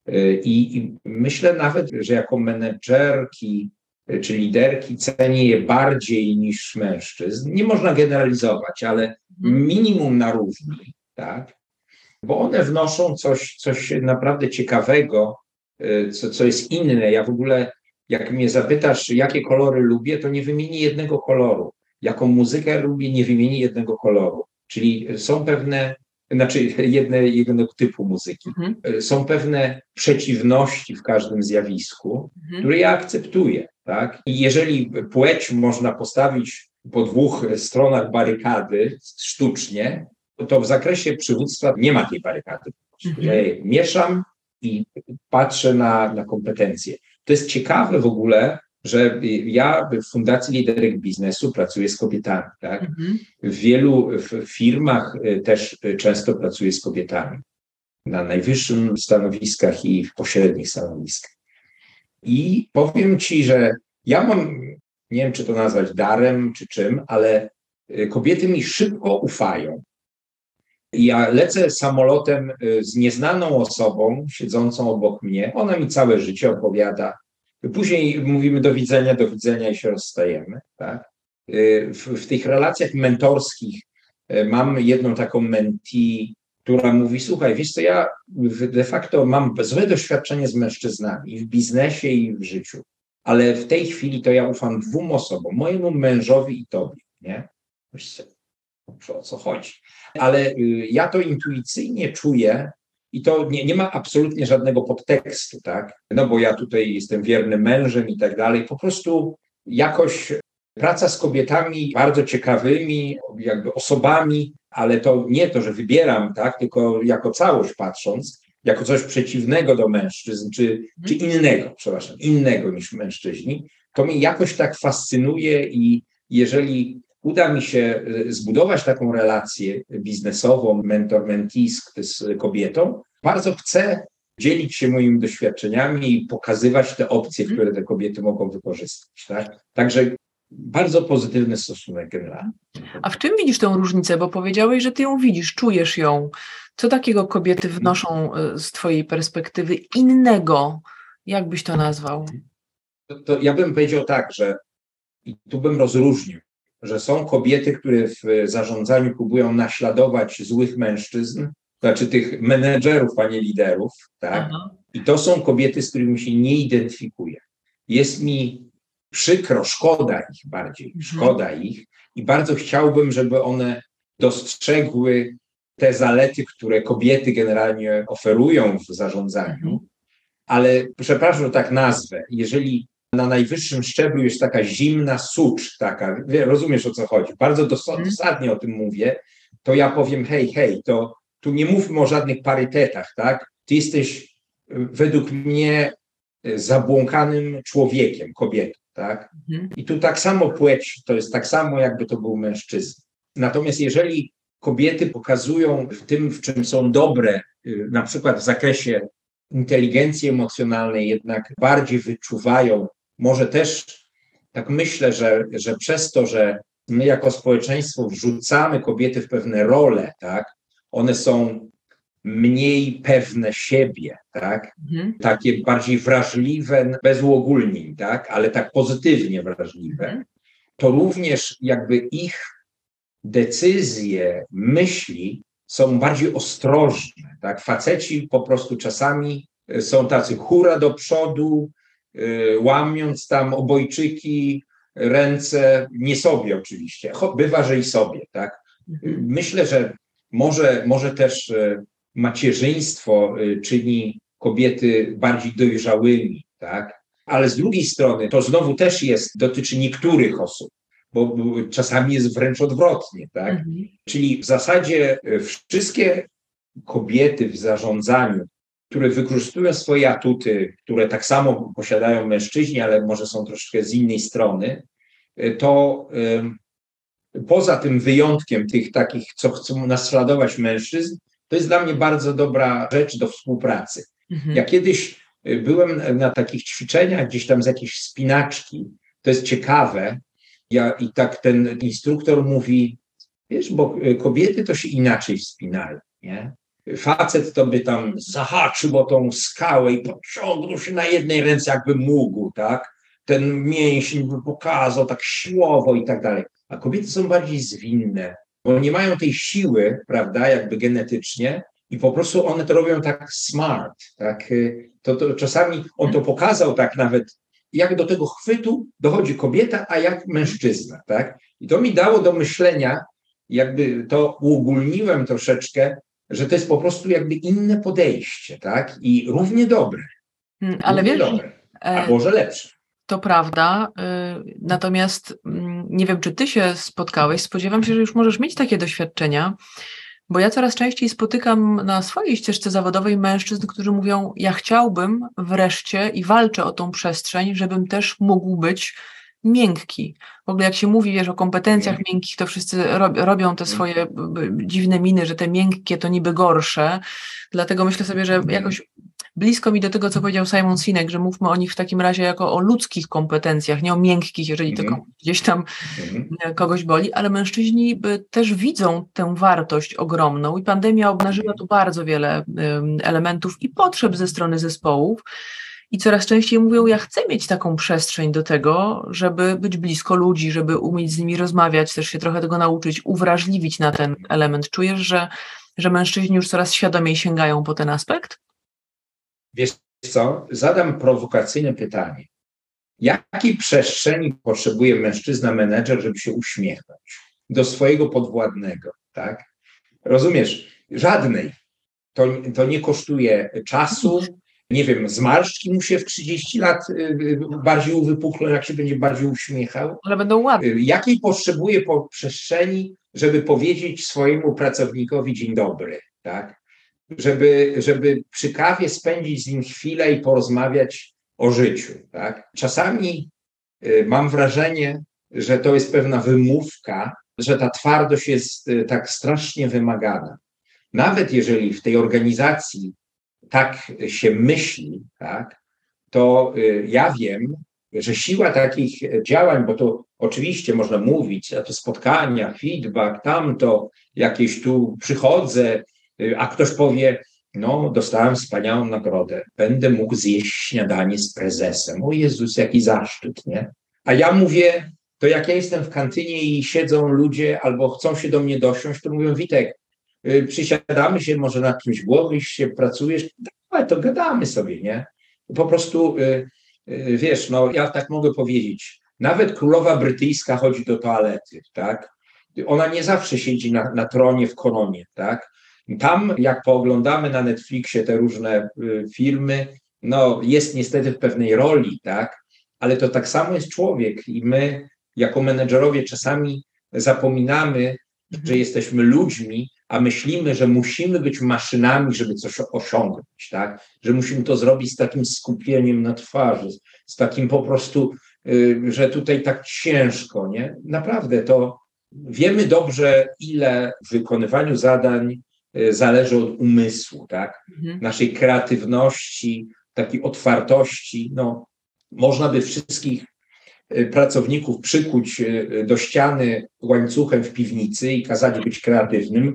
I, I myślę nawet, że jako menedżerki czy liderki cenię je bardziej niż mężczyzn. Nie można generalizować, ale minimum na równi, tak? Bo one wnoszą coś, coś naprawdę ciekawego, co, co jest inne. Ja w ogóle, jak mnie zapytasz, jakie kolory lubię, to nie wymienię jednego koloru. Jaką muzykę lubię, nie wymienię jednego koloru. Czyli są pewne, znaczy jedne, jednego typu muzyki. Mhm. Są pewne przeciwności w każdym zjawisku, mhm. które ja akceptuję. Tak? I jeżeli płeć można postawić po dwóch stronach barykady sztucznie, to w zakresie przywództwa nie ma tej barykady. Mhm. Ja je mieszam i patrzę na, na kompetencje. To jest ciekawe w ogóle, że ja w Fundacji Liderek Biznesu pracuję z kobietami. Tak? Mhm. W wielu w firmach też często pracuję z kobietami. Na najwyższych stanowiskach i w pośrednich stanowiskach. I powiem ci, że ja mam, nie wiem czy to nazwać darem czy czym, ale kobiety mi szybko ufają. Ja lecę samolotem z nieznaną osobą siedzącą obok mnie, ona mi całe życie opowiada. Później mówimy do widzenia, do widzenia i się rozstajemy. Tak? W, w tych relacjach mentorskich mam jedną taką mentee, która mówi, słuchaj, wiesz co, ja de facto mam złe doświadczenie z mężczyznami w biznesie i w życiu, ale w tej chwili to ja ufam dwóm osobom, mojemu mężowi i tobie, nie? Wiesz co, o co chodzi? Ale ja to intuicyjnie czuję i to nie, nie ma absolutnie żadnego podtekstu, tak? No bo ja tutaj jestem wiernym mężem i tak dalej, po prostu jakoś praca z kobietami bardzo ciekawymi, jakby osobami, ale to nie to, że wybieram, tak, tylko jako całość patrząc, jako coś przeciwnego do mężczyzn, czy, czy innego, przepraszam, innego niż mężczyźni, to mnie jakoś tak fascynuje i jeżeli uda mi się zbudować taką relację biznesową, mentor-mentee z kobietą, bardzo chcę dzielić się moimi doświadczeniami i pokazywać te opcje, które te kobiety mogą wykorzystać. Tak? Także bardzo pozytywny stosunek generalnie. A w czym widzisz tę różnicę? Bo powiedziałeś, że ty ją widzisz, czujesz ją. Co takiego kobiety wnoszą z twojej perspektywy innego? Jak byś to nazwał? To, to ja bym powiedział tak, że i tu bym rozróżnił, że są kobiety, które w zarządzaniu próbują naśladować złych mężczyzn, znaczy tych menedżerów, a nie liderów, tak? Aha. I to są kobiety, z którymi się nie identyfikuję. Jest mi przykro, szkoda ich bardziej, mhm. szkoda ich i bardzo chciałbym, żeby one dostrzegły te zalety, które kobiety generalnie oferują w zarządzaniu, mhm. ale przepraszam, że tak nazwę, jeżeli na najwyższym szczeblu jest taka zimna sucz, taka, rozumiesz o co chodzi, bardzo dosadnie o tym mówię, to ja powiem hej, hej, to tu nie mówmy o żadnych parytetach, tak? Ty jesteś według mnie zabłąkanym człowiekiem, kobietą, tak? Mhm. I tu tak samo płeć, to jest tak samo, jakby to był mężczyzna. Natomiast jeżeli kobiety pokazują w tym, w czym są dobre, na przykład w zakresie inteligencji emocjonalnej, jednak bardziej wyczuwają, może też tak myślę, że, że przez to, że my jako społeczeństwo wrzucamy kobiety w pewne role, tak? One są mniej pewne siebie, tak? Mhm. Takie bardziej wrażliwe, bez uogólnień, tak? Ale tak pozytywnie wrażliwe, mhm. to również jakby ich decyzje, myśli są bardziej ostrożne, tak? Faceci po prostu czasami są tacy hura do przodu, yy, łamiąc tam obojczyki, ręce, nie sobie oczywiście, bywa, że i sobie, tak? Mhm. Myślę, że może, może też macierzyństwo czyni kobiety bardziej dojrzałymi, tak? Ale z drugiej strony to znowu też jest, dotyczy niektórych osób, bo czasami jest wręcz odwrotnie, tak? Mhm. Czyli w zasadzie wszystkie kobiety w zarządzaniu, które wykorzystują swoje atuty, które tak samo posiadają mężczyźni, ale może są troszkę z innej strony, to y, poza tym wyjątkiem tych takich, co chcą naśladować mężczyzn, to jest dla mnie bardzo dobra rzecz do współpracy. Mhm. Ja kiedyś byłem na takich ćwiczeniach, gdzieś tam z jakiejś spinaczki, to jest ciekawe, Ja, i tak ten instruktor mówi, wiesz, bo kobiety to się inaczej wspinają, nie? Facet to by tam zahaczył o tą skałę i pociągnął się na jednej ręce, jakby mógł, tak? Ten mięsień by pokazał tak siłowo i tak dalej. A kobiety są bardziej zwinne, bo nie mają tej siły, prawda, jakby genetycznie i po prostu one to robią tak smart, tak? To, to czasami on to pokazał tak nawet, jak do tego chwytu dochodzi kobieta, a jak mężczyzna, tak? I to mi dało do myślenia, jakby to uogólniłem troszeczkę, że to jest po prostu jakby inne podejście, tak? I równie dobre. Ale równie wiesz, dobre, a może lepsze. To prawda, natomiast nie wiem, czy ty się spotkałeś, spodziewam się, że już możesz mieć takie doświadczenia, bo ja coraz częściej spotykam na swojej ścieżce zawodowej mężczyzn, którzy mówią, ja chciałbym wreszcie i walczę o tą przestrzeń, żebym też mógł być miękki. W ogóle jak się mówi, wiesz, o kompetencjach mm. miękkich, to wszyscy rob, robią te swoje dziwne miny, że te miękkie to niby gorsze, dlatego myślę sobie, że jakoś blisko mi do tego, co powiedział Simon Sinek, że mówmy o nich w takim razie jako o ludzkich kompetencjach, nie o miękkich, jeżeli mm. to gdzieś tam mm. kogoś boli, ale mężczyźni też widzą tę wartość ogromną i pandemia obnażyła tu bardzo wiele um, elementów i potrzeb ze strony zespołów i coraz częściej mówią, ja chcę mieć taką przestrzeń do tego, żeby być blisko ludzi, żeby umieć z nimi rozmawiać, też się trochę tego nauczyć, uwrażliwić na ten element. Czujesz, że, że mężczyźni już coraz świadomiej sięgają po ten aspekt? Wiesz co, zadam prowokacyjne pytanie. Jakiej przestrzeni potrzebuje mężczyzna menedżer, żeby się uśmiechnąć do swojego podwładnego, tak? Rozumiesz? Żadnej. To, to nie kosztuje czasu, nie wiem, zmarszczki mu się w trzydzieści lat bardziej uwypuchlą, jak się będzie bardziej uśmiechał. Ale będą ładne. Jakiej potrzebuje po przestrzeni, żeby powiedzieć swojemu pracownikowi dzień dobry, tak? Żeby, żeby przy kawie spędzić z nim chwilę i porozmawiać o życiu, tak? Czasami y, mam wrażenie, że to jest pewna wymówka, że ta twardość jest y, tak strasznie wymagana. Nawet jeżeli w tej organizacji tak się myśli, tak, to y, ja wiem, że siła takich działań, bo to oczywiście można mówić, a to spotkania, feedback, tamto, jakieś tu przychodzę, a ktoś powie, no dostałem wspaniałą nagrodę, będę mógł zjeść śniadanie z prezesem. O Jezus, jaki zaszczyt, nie? A ja mówię, to jak ja jestem w kantynie i siedzą ludzie albo chcą się do mnie dosiąść, to mówią, Witek, yy, przysiadamy się, może nad czymś głowy się pracujesz, ale to gadamy sobie, nie? Po prostu, yy, yy, wiesz, no ja tak mogę powiedzieć, nawet królowa brytyjska chodzi do toalety, tak? Ona nie zawsze siedzi na, na tronie w koronie, tak? Tam, jak pooglądamy na Netflixie te różne y, filmy, no jest niestety w pewnej roli, tak? Ale to tak samo jest człowiek i my jako menedżerowie czasami zapominamy, mhm. że jesteśmy ludźmi, a myślimy, że musimy być maszynami, żeby coś osiągnąć, tak? Że musimy to zrobić z takim skupieniem na twarzy, z takim po prostu, y, że tutaj tak ciężko, nie? Naprawdę to wiemy dobrze, ile w wykonywaniu zadań zależy od umysłu, tak? Mhm. Naszej kreatywności, takiej otwartości. No, można by wszystkich pracowników przykuć do ściany łańcuchem w piwnicy i kazać być kreatywnym,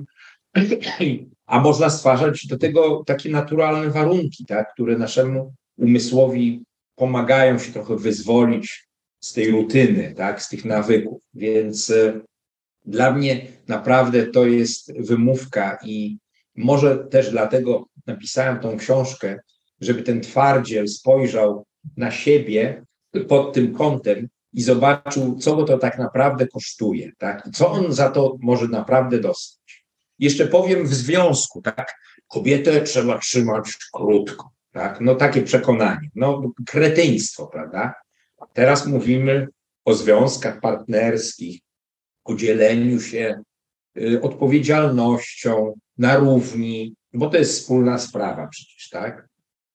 a można stwarzać do tego takie naturalne warunki, tak? Które naszemu umysłowi pomagają się trochę wyzwolić z tej rutyny, tak? Z tych nawyków. Więc dla mnie naprawdę to jest wymówka i może też dlatego napisałem tą książkę, żeby ten twardziel spojrzał na siebie pod tym kątem i zobaczył, co go to tak naprawdę kosztuje, tak? I co on za to może naprawdę dostać. Jeszcze powiem w związku, tak? Kobietę trzeba trzymać krótko, tak? No takie przekonanie, no kretyństwo, prawda? Teraz mówimy o związkach partnerskich, o dzieleniu się y, odpowiedzialnością na równi, bo to jest wspólna sprawa przecież, tak?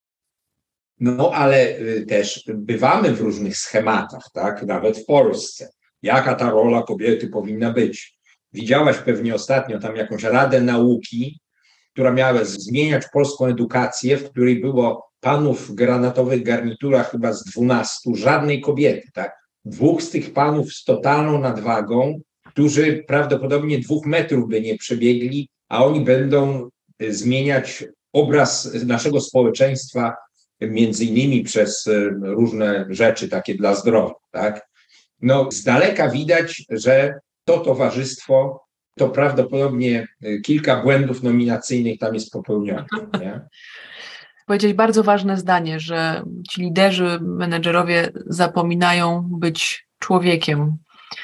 No ale y, też bywamy w różnych schematach, tak? Nawet w Polsce. Jaka ta rola kobiety powinna być? Widziałaś pewnie ostatnio tam jakąś Radę Nauki, która miała zmieniać polską edukację, w której było panów w granatowych garniturach chyba z dwunastu, żadnej kobiety, tak? dwóch z tych panów z totalną nadwagą, którzy prawdopodobnie dwóch metrów by nie przebiegli, a oni będą zmieniać obraz naszego społeczeństwa między innymi przez różne rzeczy takie dla zdrowia, tak? No z daleka widać, że to towarzystwo to prawdopodobnie kilka błędów nominacyjnych tam jest popełnionych, nie? Powiedzieć bardzo ważne zdanie, że ci liderzy, menedżerowie zapominają być człowiekiem.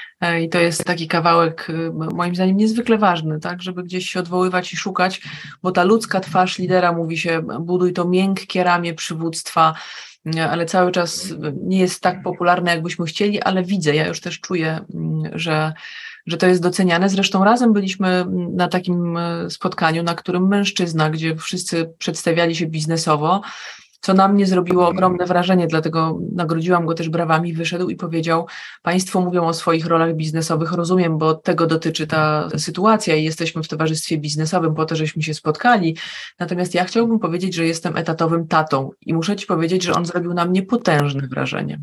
I to jest taki kawałek, moim zdaniem, niezwykle ważny, tak, żeby gdzieś się odwoływać i szukać, bo ta ludzka twarz lidera, mówi się, buduj to miękkie ramię przywództwa, ale cały czas nie jest tak popularne, jakbyśmy chcieli, ale widzę, ja już też czuję, że, że to jest doceniane. Zresztą razem byliśmy na takim spotkaniu, na którym mężczyzna, gdzie wszyscy przedstawiali się biznesowo, co na mnie zrobiło ogromne wrażenie, dlatego nagrodziłam go też brawami, wyszedł i powiedział: Państwo mówią o swoich rolach biznesowych, rozumiem, bo tego dotyczy ta sytuacja i jesteśmy w towarzystwie biznesowym po to, żeśmy się spotkali, natomiast ja chciałbym powiedzieć, że jestem etatowym tatą i muszę Ci powiedzieć, że on zrobił na mnie potężne wrażenie.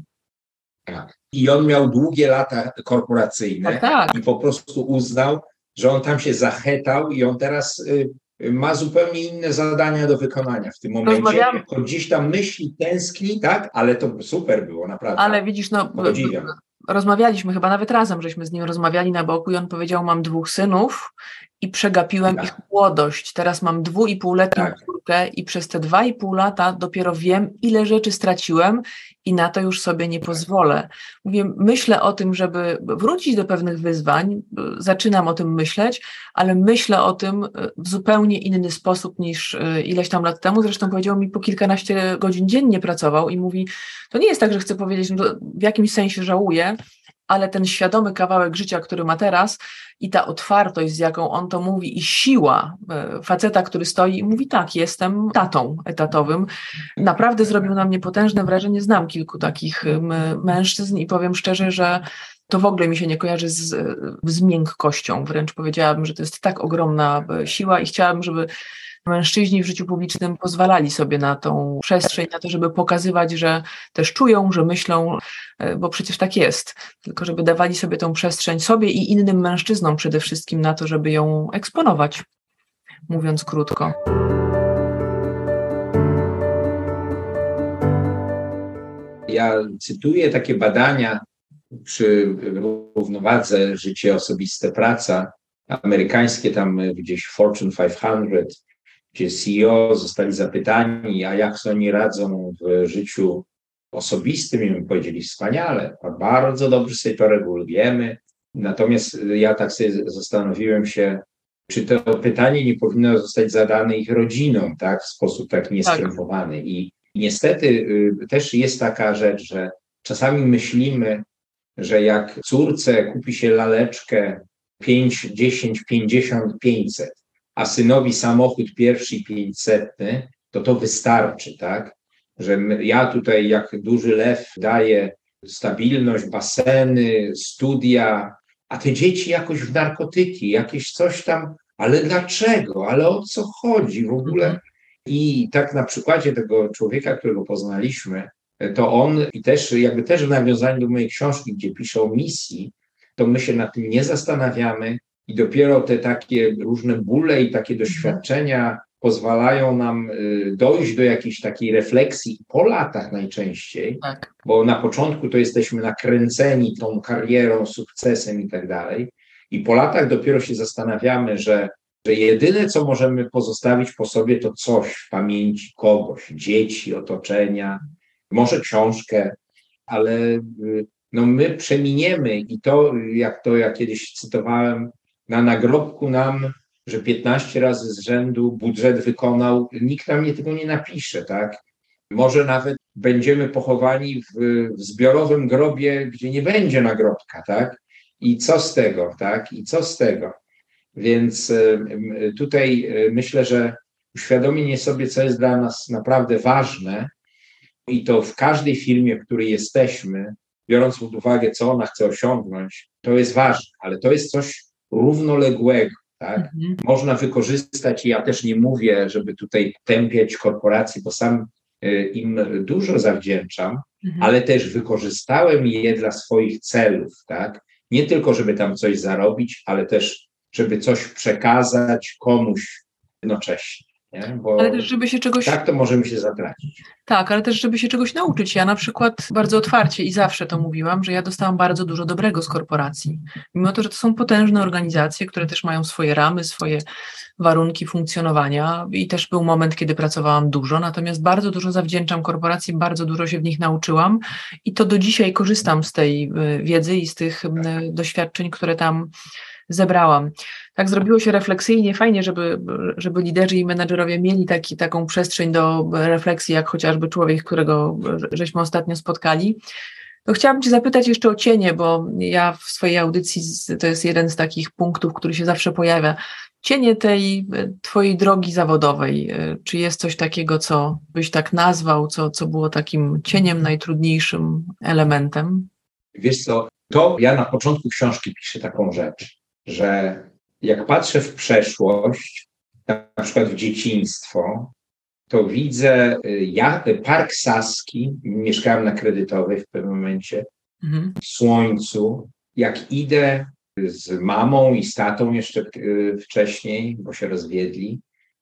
Tak. I on miał długie lata korporacyjne, tak, tak. I po prostu uznał, że on tam się zachetał i on teraz y, ma zupełnie inne zadania do wykonania w tym momencie. Rozmawiam... Choć gdzieś tam myśli, tęskni, tak? Ale to super było, naprawdę. Ale widzisz, no... Podziwiam. Rozmawialiśmy, chyba nawet razem, żeśmy z nim rozmawiali na boku i on powiedział: mam dwóch synów i przegapiłem tak. ich młodość. Teraz mam dwu i półletnią tak. córkę i przez te dwa i pół lata dopiero wiem, ile rzeczy straciłem i na to już sobie nie pozwolę. Mówię, myślę o tym, żeby wrócić do pewnych wyzwań, zaczynam o tym myśleć, ale myślę o tym w zupełnie inny sposób niż ileś tam lat temu. Zresztą powiedział mi, po kilkanaście godzin dziennie pracował i mówi, to nie jest tak, że chcę powiedzieć, no w jakimś sensie żałuję, ale ten świadomy kawałek życia, który ma teraz i ta otwartość, z jaką on to mówi i siła faceta, który stoi i mówi: tak, jestem tatą etatowym, naprawdę zrobił na mnie potężne wrażenie. Znam kilku takich mężczyzn i powiem szczerze, że to w ogóle mi się nie kojarzy z, z miękkością, wręcz powiedziałabym, że to jest tak ogromna siła i chciałabym, żeby mężczyźni w życiu publicznym pozwalali sobie na tą przestrzeń, na to, żeby pokazywać, że też czują, że myślą, bo przecież tak jest, tylko żeby dawali sobie tą przestrzeń sobie i innym mężczyznom przede wszystkim na to, żeby ją eksponować, mówiąc krótko. Ja cytuję takie badania przy równowadze życie osobiste, praca, amerykańskie, tam gdzieś Fortune pięćset, gdzie C E O zostali zapytani, a jak sobie oni radzą w życiu osobistym, i mi powiedzieli: wspaniale, bardzo dobrze sobie to regulujemy. Natomiast ja tak sobie zastanowiłem się, czy to pytanie nie powinno zostać zadane ich rodzinom, tak, w sposób tak nieskrępowany. Tak. I niestety y, też jest taka rzecz, że czasami myślimy, że jak córce kupi się laleczkę pięć, dziesięć, pięćdziesiąt, pięćset, a synowi samochód pierwszy pięćsetny, to to wystarczy, tak? Że my, ja tutaj jak duży lew daję stabilność, baseny, studia, a te dzieci jakoś w narkotyki, jakieś coś tam, ale dlaczego? Ale o co chodzi w ogóle? I tak na przykładzie tego człowieka, którego poznaliśmy, to on i też jakby też w nawiązaniu do mojej książki, gdzie piszę o misji, to my się nad tym nie zastanawiamy i dopiero te takie różne bóle i takie doświadczenia pozwalają nam dojść do jakiejś takiej refleksji po latach najczęściej, tak. Bo na początku to jesteśmy nakręceni tą karierą, sukcesem i tak dalej i po latach dopiero się zastanawiamy, że, że jedyne, co możemy pozostawić po sobie, to coś w pamięci kogoś, dzieci, otoczenia, może książkę, ale no my przeminiemy i to, jak to ja kiedyś cytowałem, na nagrobku nam, że piętnaście razy z rzędu budżet wykonał, nikt nam nie tego nie napisze, tak? Może nawet będziemy pochowani w, w zbiorowym grobie, gdzie nie będzie nagrobka, tak? I co z tego, tak? I co z tego? Więc tutaj myślę, że uświadomienie sobie, co jest dla nas naprawdę ważne, i to w każdej firmie, w której jesteśmy, biorąc pod uwagę, co ona chce osiągnąć, to jest ważne, ale to jest coś równoległego, tak? Mhm. Można wykorzystać, i ja też nie mówię, żeby tutaj tępiać korporacji, bo sam im dużo zawdzięczam, mhm. ale też wykorzystałem je dla swoich celów, tak? Nie tylko, żeby tam coś zarobić, ale też, żeby coś przekazać komuś jednocześnie, nie? Bo Ale też, żeby się czegoś... tak to możemy się zatracić. Tak, ale też, żeby się czegoś nauczyć. Ja na przykład bardzo otwarcie i zawsze to mówiłam, że ja dostałam bardzo dużo dobrego z korporacji. Mimo to, że to są potężne organizacje, które też mają swoje ramy, swoje warunki funkcjonowania i też był moment, kiedy pracowałam dużo, natomiast bardzo dużo zawdzięczam korporacji, bardzo dużo się w nich nauczyłam i to do dzisiaj korzystam z tej wiedzy i z tych doświadczeń, które tam zebrałam. Tak zrobiło się refleksyjnie, fajnie, żeby, żeby liderzy i menedżerowie mieli taki, taką przestrzeń do refleksji, jak chociażby człowiek, którego żeśmy ostatnio spotkali. To chciałabym Cię zapytać jeszcze o cienie, bo ja w swojej audycji, to jest jeden z takich punktów, który się zawsze pojawia. Cienie tej Twojej drogi zawodowej. Czy jest coś takiego, co byś tak nazwał, co, co było takim cieniem, najtrudniejszym elementem? Wiesz co, to ja na początku książki piszę taką rzecz, że jak patrzę w przeszłość, na przykład w dzieciństwo, to widzę ja, Park Saski, mieszkałem na Kredytowej w pewnym momencie, mhm. w słońcu, jak idę z mamą i z tatą jeszcze wcześniej, bo się rozwiedli,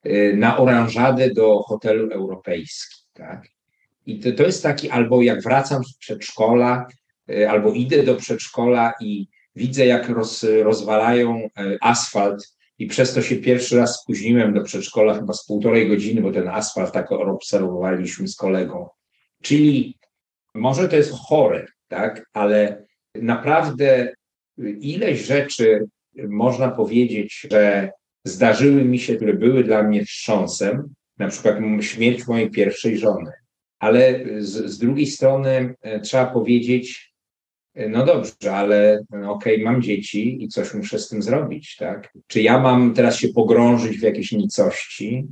na oranżadę do hotelu Europejski, tak? I to, to jest taki, albo jak wracam z przedszkola, albo idę do przedszkola i widzę, jak roz, rozwalają asfalt i przez to się pierwszy raz spóźniłem do przedszkola chyba z półtorej godziny, bo ten asfalt tak obserwowaliśmy z kolegą. Czyli może to jest chore, tak, ale naprawdę ileś rzeczy można powiedzieć, że zdarzyły mi się, które były dla mnie wstrząsem, na przykład śmierć mojej pierwszej żony. Ale z, z drugiej strony trzeba powiedzieć, no dobrze, ale okej, okay, mam dzieci i coś muszę z tym zrobić, tak? Czy ja mam teraz się pogrążyć w jakiejś nicości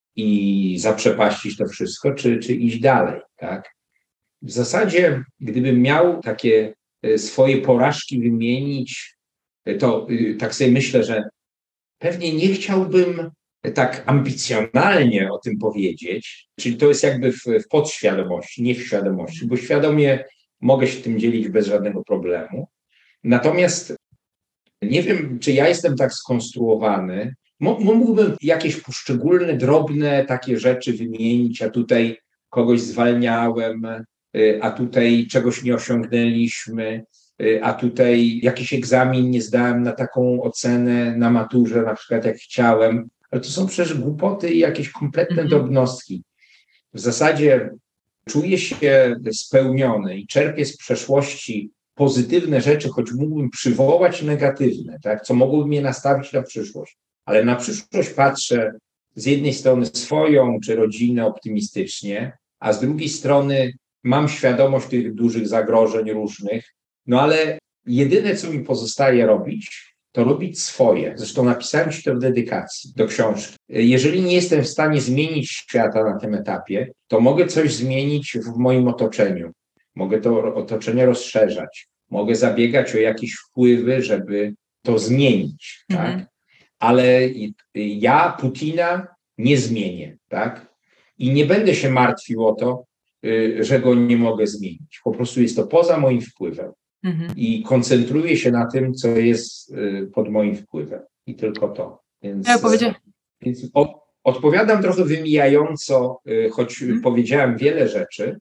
i zaprzepaścić to wszystko, czy, czy iść dalej, tak? W zasadzie, gdybym miał takie swoje porażki wymienić, to tak sobie myślę, że pewnie nie chciałbym tak ambicjonalnie o tym powiedzieć, czyli to jest jakby w, w podświadomości, nie w świadomości, bo świadomie mogę się tym dzielić bez żadnego problemu. Natomiast nie wiem, czy ja jestem tak skonstruowany. Mógłbym jakieś poszczególne, drobne takie rzeczy wymienić, a tutaj kogoś zwalniałem, a tutaj czegoś nie osiągnęliśmy, a tutaj jakiś egzamin nie zdałem na taką ocenę na maturze, na przykład jak chciałem. Ale to są przecież głupoty i jakieś kompletne drobnostki. W zasadzie czuję się spełniony i czerpię z przeszłości pozytywne rzeczy, choć mógłbym przywołać negatywne, tak, co mogłoby mnie nastawić na przyszłość. Ale na przyszłość patrzę z jednej strony swoją czy rodzinę optymistycznie, a z drugiej strony mam świadomość tych dużych zagrożeń różnych, no ale jedyne, co mi pozostaje robić, to robić swoje. Zresztą napisałem Ci to w dedykacji do książki. Jeżeli nie jestem w stanie zmienić świata na tym etapie, to mogę coś zmienić w moim otoczeniu. Mogę to otoczenie rozszerzać. Mogę zabiegać o jakieś wpływy, żeby to zmienić, mhm. tak? Ale ja Putina nie zmienię, tak? I nie będę się martwił o to, że go nie mogę zmienić. Po prostu jest to poza moim wpływem. Mhm. I koncentruję się na tym, co jest pod moim wpływem. I tylko to. Więc, ja powiedziałem. więc o, odpowiadam trochę wymijająco, choć mhm. powiedziałem wiele rzeczy,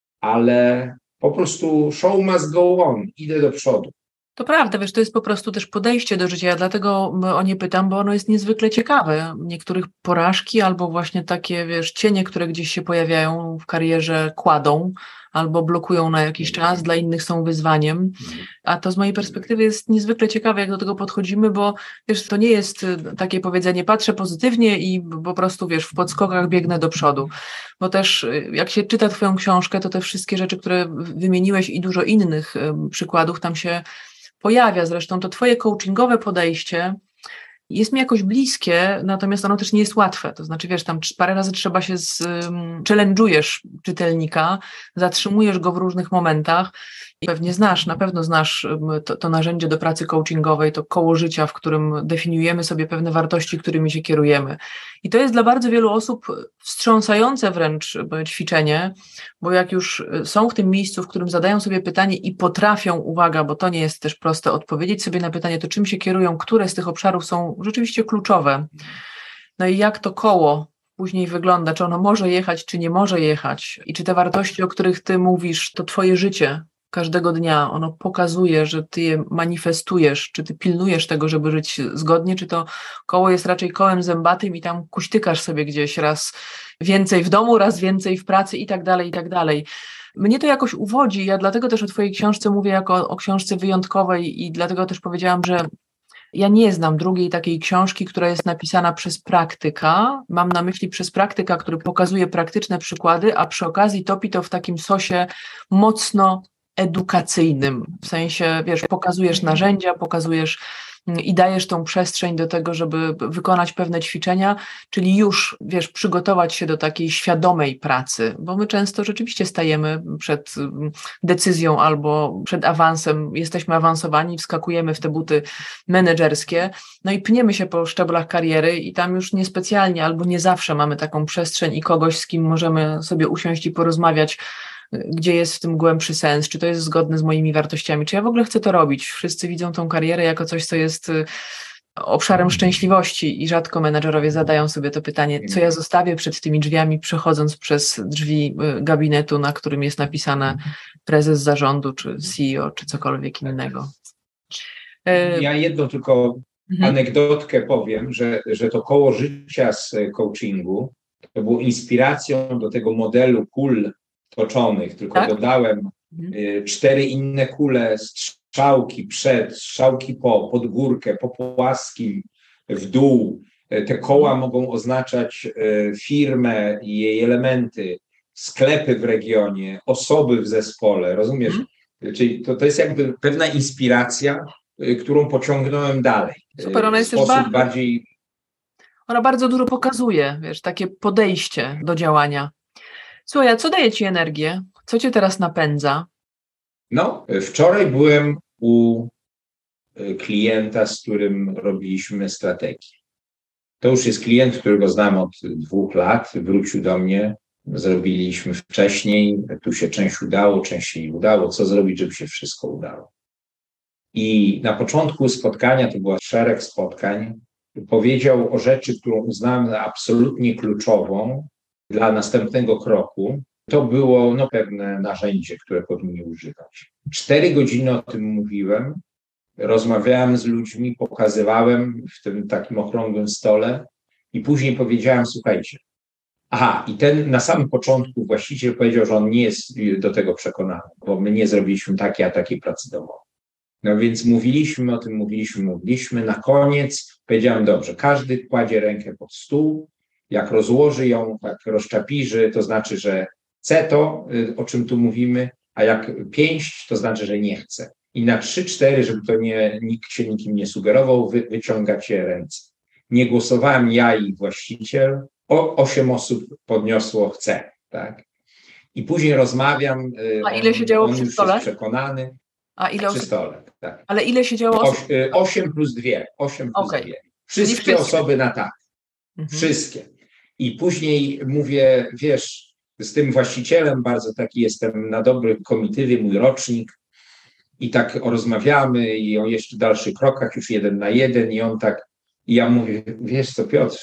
ale po prostu show must go on. Idę do przodu. To prawda, wiesz, to jest po prostu też podejście do życia. Ja dlatego o nie pytam, bo ono jest niezwykle ciekawe. Niektórych porażki albo właśnie takie, wiesz, cienie, które gdzieś się pojawiają w karierze, kładą albo blokują na jakiś czas, dla innych są wyzwaniem. A to z mojej perspektywy jest niezwykle ciekawe, jak do tego podchodzimy, bo wiesz, to nie jest takie powiedzenie, patrzę pozytywnie i po prostu, wiesz, w podskokach biegnę do przodu. Bo też jak się czyta Twoją książkę, to te wszystkie rzeczy, które wymieniłeś i dużo innych przykładów tam się pojawia. Zresztą to Twoje coachingowe podejście jest mi jakoś bliskie, natomiast ono też nie jest łatwe. To znaczy, wiesz, tam parę razy trzeba się z, um, challenge'ujesz czytelnika, zatrzymujesz go w różnych momentach i pewnie znasz, na pewno znasz um, to, to narzędzie do pracy coachingowej, to koło życia, w którym definiujemy sobie pewne wartości, którymi się kierujemy. I to jest dla bardzo wielu osób wstrząsające wręcz ćwiczenie, bo jak już są w tym miejscu, w którym zadają sobie pytanie i potrafią, uwaga, bo to nie jest też proste, odpowiedzieć sobie na pytanie, to czym się kierują, które z tych obszarów są rzeczywiście kluczowe. No i jak to koło później wygląda, czy ono może jechać, czy nie może jechać i czy te wartości, o których ty mówisz, to twoje życie każdego dnia, ono pokazuje, że ty je manifestujesz, czy ty pilnujesz tego, żeby żyć zgodnie, czy to koło jest raczej kołem zębatym i tam kuśtykasz sobie gdzieś raz więcej w domu, raz więcej w pracy i tak dalej, i tak dalej. Mnie to jakoś uwodzi, ja dlatego też o twojej książce mówię jako o książce wyjątkowej i dlatego też powiedziałam, że ja nie znam drugiej takiej książki, która jest napisana przez praktyka. Mam na myśli przez praktyka, który pokazuje praktyczne przykłady, a przy okazji topi to w takim sosie mocno edukacyjnym. W sensie, wiesz, pokazujesz narzędzia, pokazujesz i dajesz tą przestrzeń do tego, żeby wykonać pewne ćwiczenia, czyli już, wiesz, przygotować się do takiej świadomej pracy, bo my często rzeczywiście stajemy przed decyzją albo przed awansem, jesteśmy awansowani, wskakujemy w te buty menedżerskie, no i pniemy się po szczeblach kariery i tam już niespecjalnie albo nie zawsze mamy taką przestrzeń i kogoś, z kim możemy sobie usiąść i porozmawiać, gdzie jest w tym głębszy sens, czy to jest zgodne z moimi wartościami, czy ja w ogóle chcę to robić. Wszyscy widzą tą karierę jako coś, co jest obszarem szczęśliwości i rzadko menedżerowie zadają sobie to pytanie, co ja zostawię przed tymi drzwiami, przechodząc przez drzwi gabinetu, na którym jest napisane prezes zarządu, czy C E O, czy cokolwiek innego. Ja jedną tylko mhm. anegdotkę powiem, że, że to koło życia z coachingu to było inspiracją do tego modelu kul toczonych, tylko tak? dodałem y, cztery inne kule, strzałki przed, strzałki po, pod górkę, po płaskim, w dół. Te koła mogą oznaczać y, firmę i jej elementy, sklepy w regionie, osoby w zespole, rozumiesz? Hmm. Czyli to, to jest jakby pewna inspiracja, y, którą pociągnąłem dalej. Super, ona jest też bardzo, bardziej... Ona bardzo dużo pokazuje, wiesz, takie podejście do działania. Słuchaj, a co daje ci energię? Co cię teraz napędza? No, wczoraj byłem u klienta, z którym robiliśmy strategię. To już jest klient, którego znam od dwóch lat. Wrócił do mnie. Zrobiliśmy wcześniej. Tu się część udało, część się nie udało. Co zrobić, żeby się wszystko udało? I na początku spotkania, to była szereg spotkań, powiedział o rzeczy, którą uznałem za absolutnie kluczową dla następnego kroku. To było no, pewne narzędzie, które powinni używać. Cztery godziny o tym mówiłem, rozmawiałem z ludźmi, pokazywałem w tym takim okrągłym stole i później powiedziałem, słuchajcie, aha, i ten na samym początku właściciel powiedział, że on nie jest do tego przekonany, bo my nie zrobiliśmy takiej a takiej pracy domowej. No więc mówiliśmy o tym, mówiliśmy, mówiliśmy. Na koniec powiedziałem, dobrze, każdy kładzie rękę pod stół, jak rozłoży ją, jak rozczapiży, to znaczy, że chce to, o czym tu mówimy, a jak pięść, to znaczy, że nie chce. I na trzy, cztery, żeby to nie, nikt się nikim nie sugerował, wy, wyciągacie ręce. Nie głosowałem ja i właściciel, o, osiem osób podniosło chce, tak? I później rozmawiam, a ile się działo on przy już stole? jest przekonany. A ile przy stole, tak. Ale ile się działo osób? Oś, osiem plus dwie, osiem plus okay. dwie. Wszystkie, wszystkie osoby na tak. Mhm. Wszystkie. I później mówię, wiesz, z tym właścicielem bardzo taki jestem na dobrym komitywie, mój rocznik i tak rozmawiamy i o jeszcze dalszych krokach, już jeden na jeden i on tak, i ja mówię, wiesz co Piotr,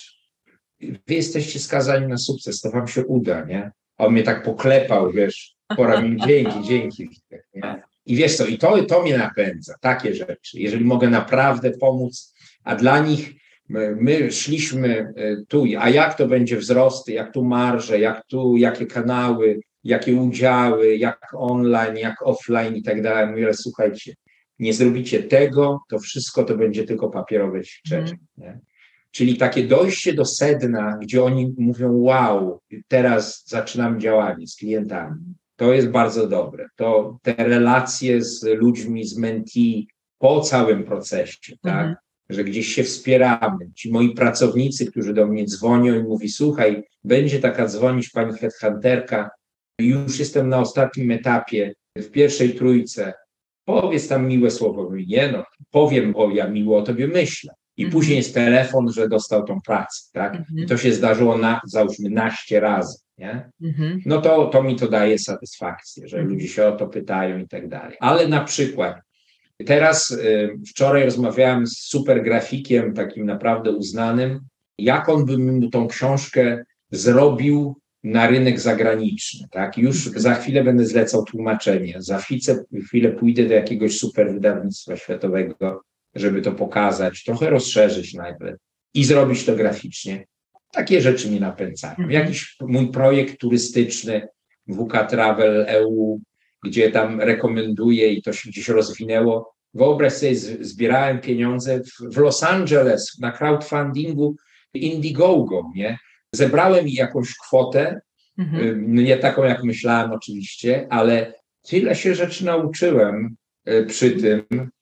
wy jesteście skazani na sukces, to wam się uda, nie? A on mnie tak poklepał, wiesz, po ramieniu, dzięki, dzięki. Nie? I wiesz co, i to, to mnie napędza, takie rzeczy, jeżeli mogę naprawdę pomóc, a dla nich my, my szliśmy tu, a jak to będzie wzrosty, jak tu marże, jak tu, jakie kanały, jakie udziały, jak online, jak offline i tak dalej. Mówię, ale słuchajcie, nie zrobicie tego, to wszystko to będzie tylko papierowe ćwiczenie. Mm. Nie? Czyli takie dojście do sedna, gdzie oni mówią, wow, teraz zaczynamy działanie z klientami. To jest bardzo dobre. To te relacje z ludźmi, z mentee po całym procesie, tak? że gdzieś się wspieramy. Ci moi pracownicy, którzy do mnie dzwonią i mówi, słuchaj, będzie taka dzwonić pani headhunterka, już jestem na ostatnim etapie, w pierwszej trójce, powiedz tam miłe słowo. Mówi, nie no, powiem, bo ja miło o tobie myślę. I mm-hmm. później jest telefon, że dostał tą pracę, tak? Mm-hmm. I to się zdarzyło, na, załóżmy, naście razy, nie? Mm-hmm. No to, to mi to daje satysfakcję, że mm-hmm. ludzie się o to pytają i tak dalej. Ale na przykład teraz, y, wczoraj rozmawiałem z super grafikiem, takim naprawdę uznanym, jak on by mu tą książkę zrobił na rynek zagraniczny, tak? Już za chwilę będę zlecał tłumaczenie, za chwilę, chwilę pójdę do jakiegoś super wydawnictwa światowego, żeby to pokazać, trochę rozszerzyć najpierw i zrobić to graficznie. Takie rzeczy mnie napędzają. Mhm. Jakiś mój projekt turystyczny, W K Travel E U, gdzie tam rekomenduję i to się gdzieś rozwinęło. Wyobraź sobie, zbierałem pieniądze w, w Los Angeles na crowdfundingu Indiegogo, nie? Zebrałem jakąś kwotę, mhm. nie taką jak myślałem oczywiście, ale tyle się rzeczy nauczyłem przy tym,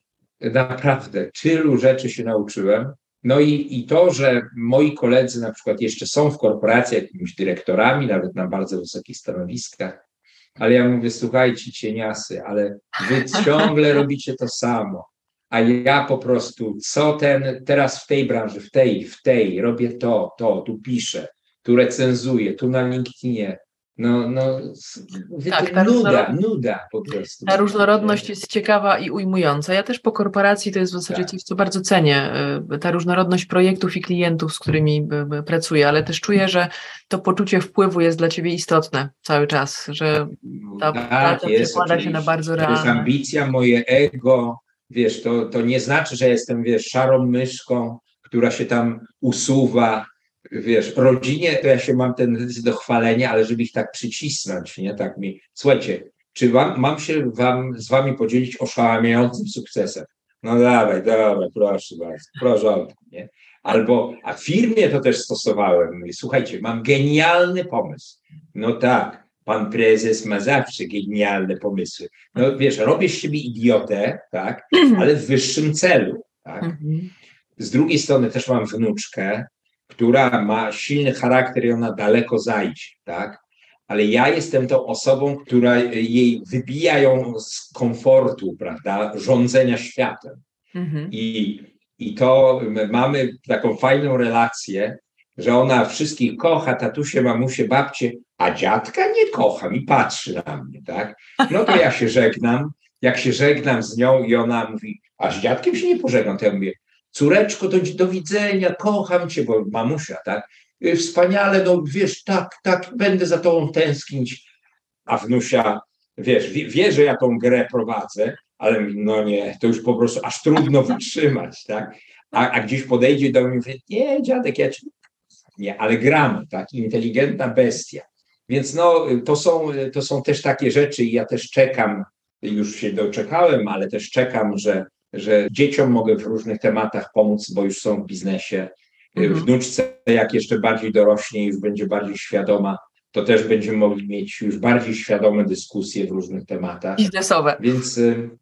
naprawdę, tylu rzeczy się nauczyłem. No i, i to, że moi koledzy na przykład jeszcze są w korporacjach jakimiś dyrektorami, nawet na bardzo wysokich stanowiskach, ale ja mówię, słuchajcie cieniasy, ale wy ciągle robicie to samo, a ja po prostu, co ten, teraz w tej branży, w tej, w tej, robię to, to, tu piszę, tu recenzuję, tu na LinkedInie. No, no, tak, ta nuda, nuda po prostu. Ta różnorodność jest ciekawa i ujmująca. Ja też po korporacji to jest w zasadzie tak. coś, co bardzo cenię. Ta różnorodność projektów i klientów, z którymi pracuję, ale też czuję, że to poczucie wpływu jest dla ciebie istotne cały czas, że ta tak, praca jest, przekłada się na bardzo realne. To jest ambicja, moje ego, wiesz, to, to nie znaczy, że jestem, wiesz, szarą myszką, która się tam usuwa. Wiesz, rodzinie to ja się mam tendencję do chwalenia, ale żeby ich tak przycisnąć, nie? Tak mi, słuchajcie, czy wam, mam się wam, z wami podzielić oszałamiającym sukcesem? No dawaj, dawaj, proszę bardzo, proszę, nie? Albo, a w firmie to też stosowałem, mówię, słuchajcie, mam genialny pomysł. No tak, pan prezes ma zawsze genialne pomysły. No wiesz, robię z siebie idiotę, tak, ale w wyższym celu, tak. Z drugiej strony też mam wnuczkę, która ma silny charakter i ona daleko zajdzie, tak? Ale ja jestem tą osobą, która jej wybija ją z komfortu, prawda, rządzenia światem. Mhm. I, I to mamy taką fajną relację, że ona wszystkich kocha, tatusie, mamusie, babcie, a dziadka nie kocham i patrzy na mnie, tak? No to ja się żegnam, jak się żegnam z nią i ona mówi, a z dziadkiem się nie pożegnam, to ja mówię, córeczko, do, do widzenia, kocham cię, bo mamusia, tak? Wspaniale, no wiesz, tak, tak, będę za tobą tęsknić. A wnusia, wiesz, wie, wie, że ja tą grę prowadzę, ale no nie, to już po prostu aż trudno wytrzymać, tak? A, a gdzieś podejdzie do mnie i mówi, nie, dziadek, ja ci... Nie, ale gramy, tak? Inteligentna bestia. Więc no, to są, to są też takie rzeczy i ja też czekam, już się doczekałem, ale też czekam, że że dzieciom mogę w różnych tematach pomóc, bo już są w biznesie. Mhm. Wnuczce, jak jeszcze bardziej dorośnie i już będzie bardziej świadoma, to też będziemy mogli mieć już bardziej świadome dyskusje w różnych tematach. Biznesowe. Więc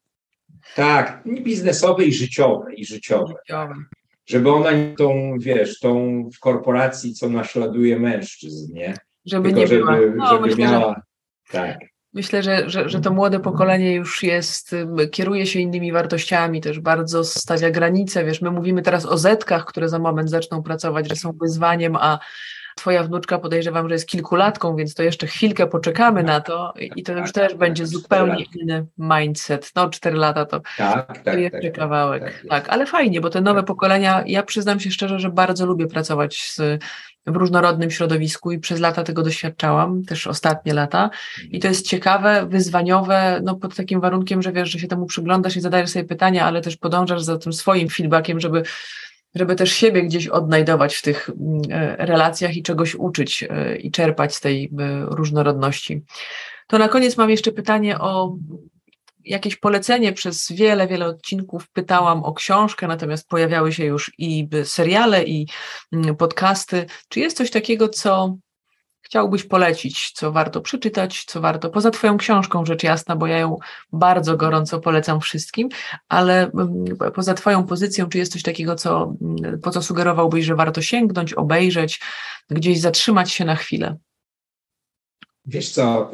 tak, biznesowe i życiowe, i życiowe. życiowe. Żeby ona tą, wiesz, tą w korporacji, co naśladuje mężczyzn, nie? Żeby Tylko nie żeby, była. No, żeby myślę, miała... że... Tak. Myślę, że, że, że to młode pokolenie już jest, kieruje się innymi wartościami, też bardzo stawia granice. Wiesz, my mówimy teraz o zetkach, które za moment zaczną pracować, że są wyzwaniem, a twoja wnuczka podejrzewam, że jest kilkulatką, więc to jeszcze chwilkę poczekamy na to i to już też będzie zupełnie inny mindset. No cztery lata to, tak, to tak, jeszcze tak, kawałek. Tak, tak, tak, ale fajnie, bo te nowe pokolenia, ja przyznam się szczerze, że bardzo lubię pracować z, w różnorodnym środowisku i przez lata tego doświadczałam, też ostatnie lata i to jest ciekawe, wyzwaniowe, no pod takim warunkiem, że wiesz, że się temu przyglądasz i zadajesz sobie pytania, ale też podążasz za tym swoim feedbackiem, żeby żeby też siebie gdzieś odnajdować w tych relacjach i czegoś uczyć i czerpać z tej różnorodności. To na koniec mam jeszcze pytanie o jakieś polecenie. Przez wiele, wiele odcinków pytałam o książkę, natomiast pojawiały się już i seriale, i podcasty. Czy jest coś takiego, co chciałbyś polecić, co warto przeczytać, co warto, poza twoją książką, rzecz jasna, bo ja ją bardzo gorąco polecam wszystkim, ale poza twoją pozycją, czy jest coś takiego, co, po co sugerowałbyś, że warto sięgnąć, obejrzeć, gdzieś zatrzymać się na chwilę? Wiesz co,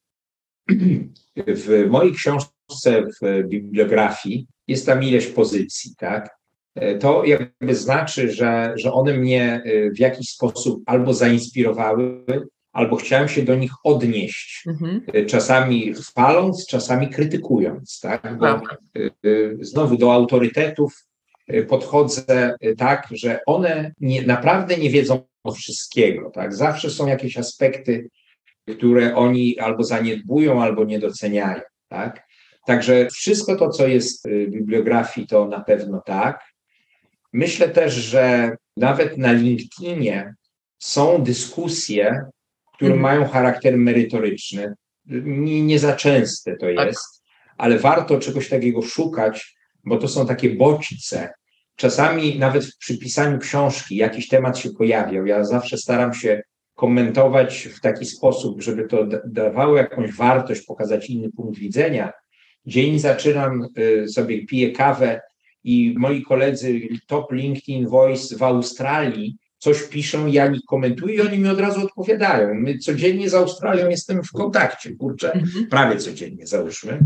w mojej książce, w bibliografii jest tam ileś pozycji, tak? To jakby znaczy, że, że one mnie w jakiś sposób albo zainspirowały, albo chciałem się do nich odnieść. Mhm. Czasami chwaląc, czasami krytykując, tak? Bo znowu do autorytetów podchodzę tak, że one nie, naprawdę nie wiedzą wszystkiego, tak? Zawsze są jakieś aspekty, które oni albo zaniedbują, albo nie doceniają, tak? Także wszystko to, co jest w bibliografii, to na pewno tak. Myślę też, że nawet na LinkedInie są dyskusje, które mm. mają charakter merytoryczny. Nie, nie za częste to jest, ale warto czegoś takiego szukać, bo to są takie bodźce. Czasami nawet przy pisaniu książki jakiś temat się pojawiał. Ja zawsze staram się komentować w taki sposób, żeby to dawało jakąś wartość, pokazać inny punkt widzenia. Dzień zaczynam sobie, piję kawę i moi koledzy Top LinkedIn Voice w Australii coś piszą, ja ich komentuję i oni mi od razu odpowiadają. My codziennie z Australią jestem w kontakcie, kurczę, mhm. prawie codziennie załóżmy.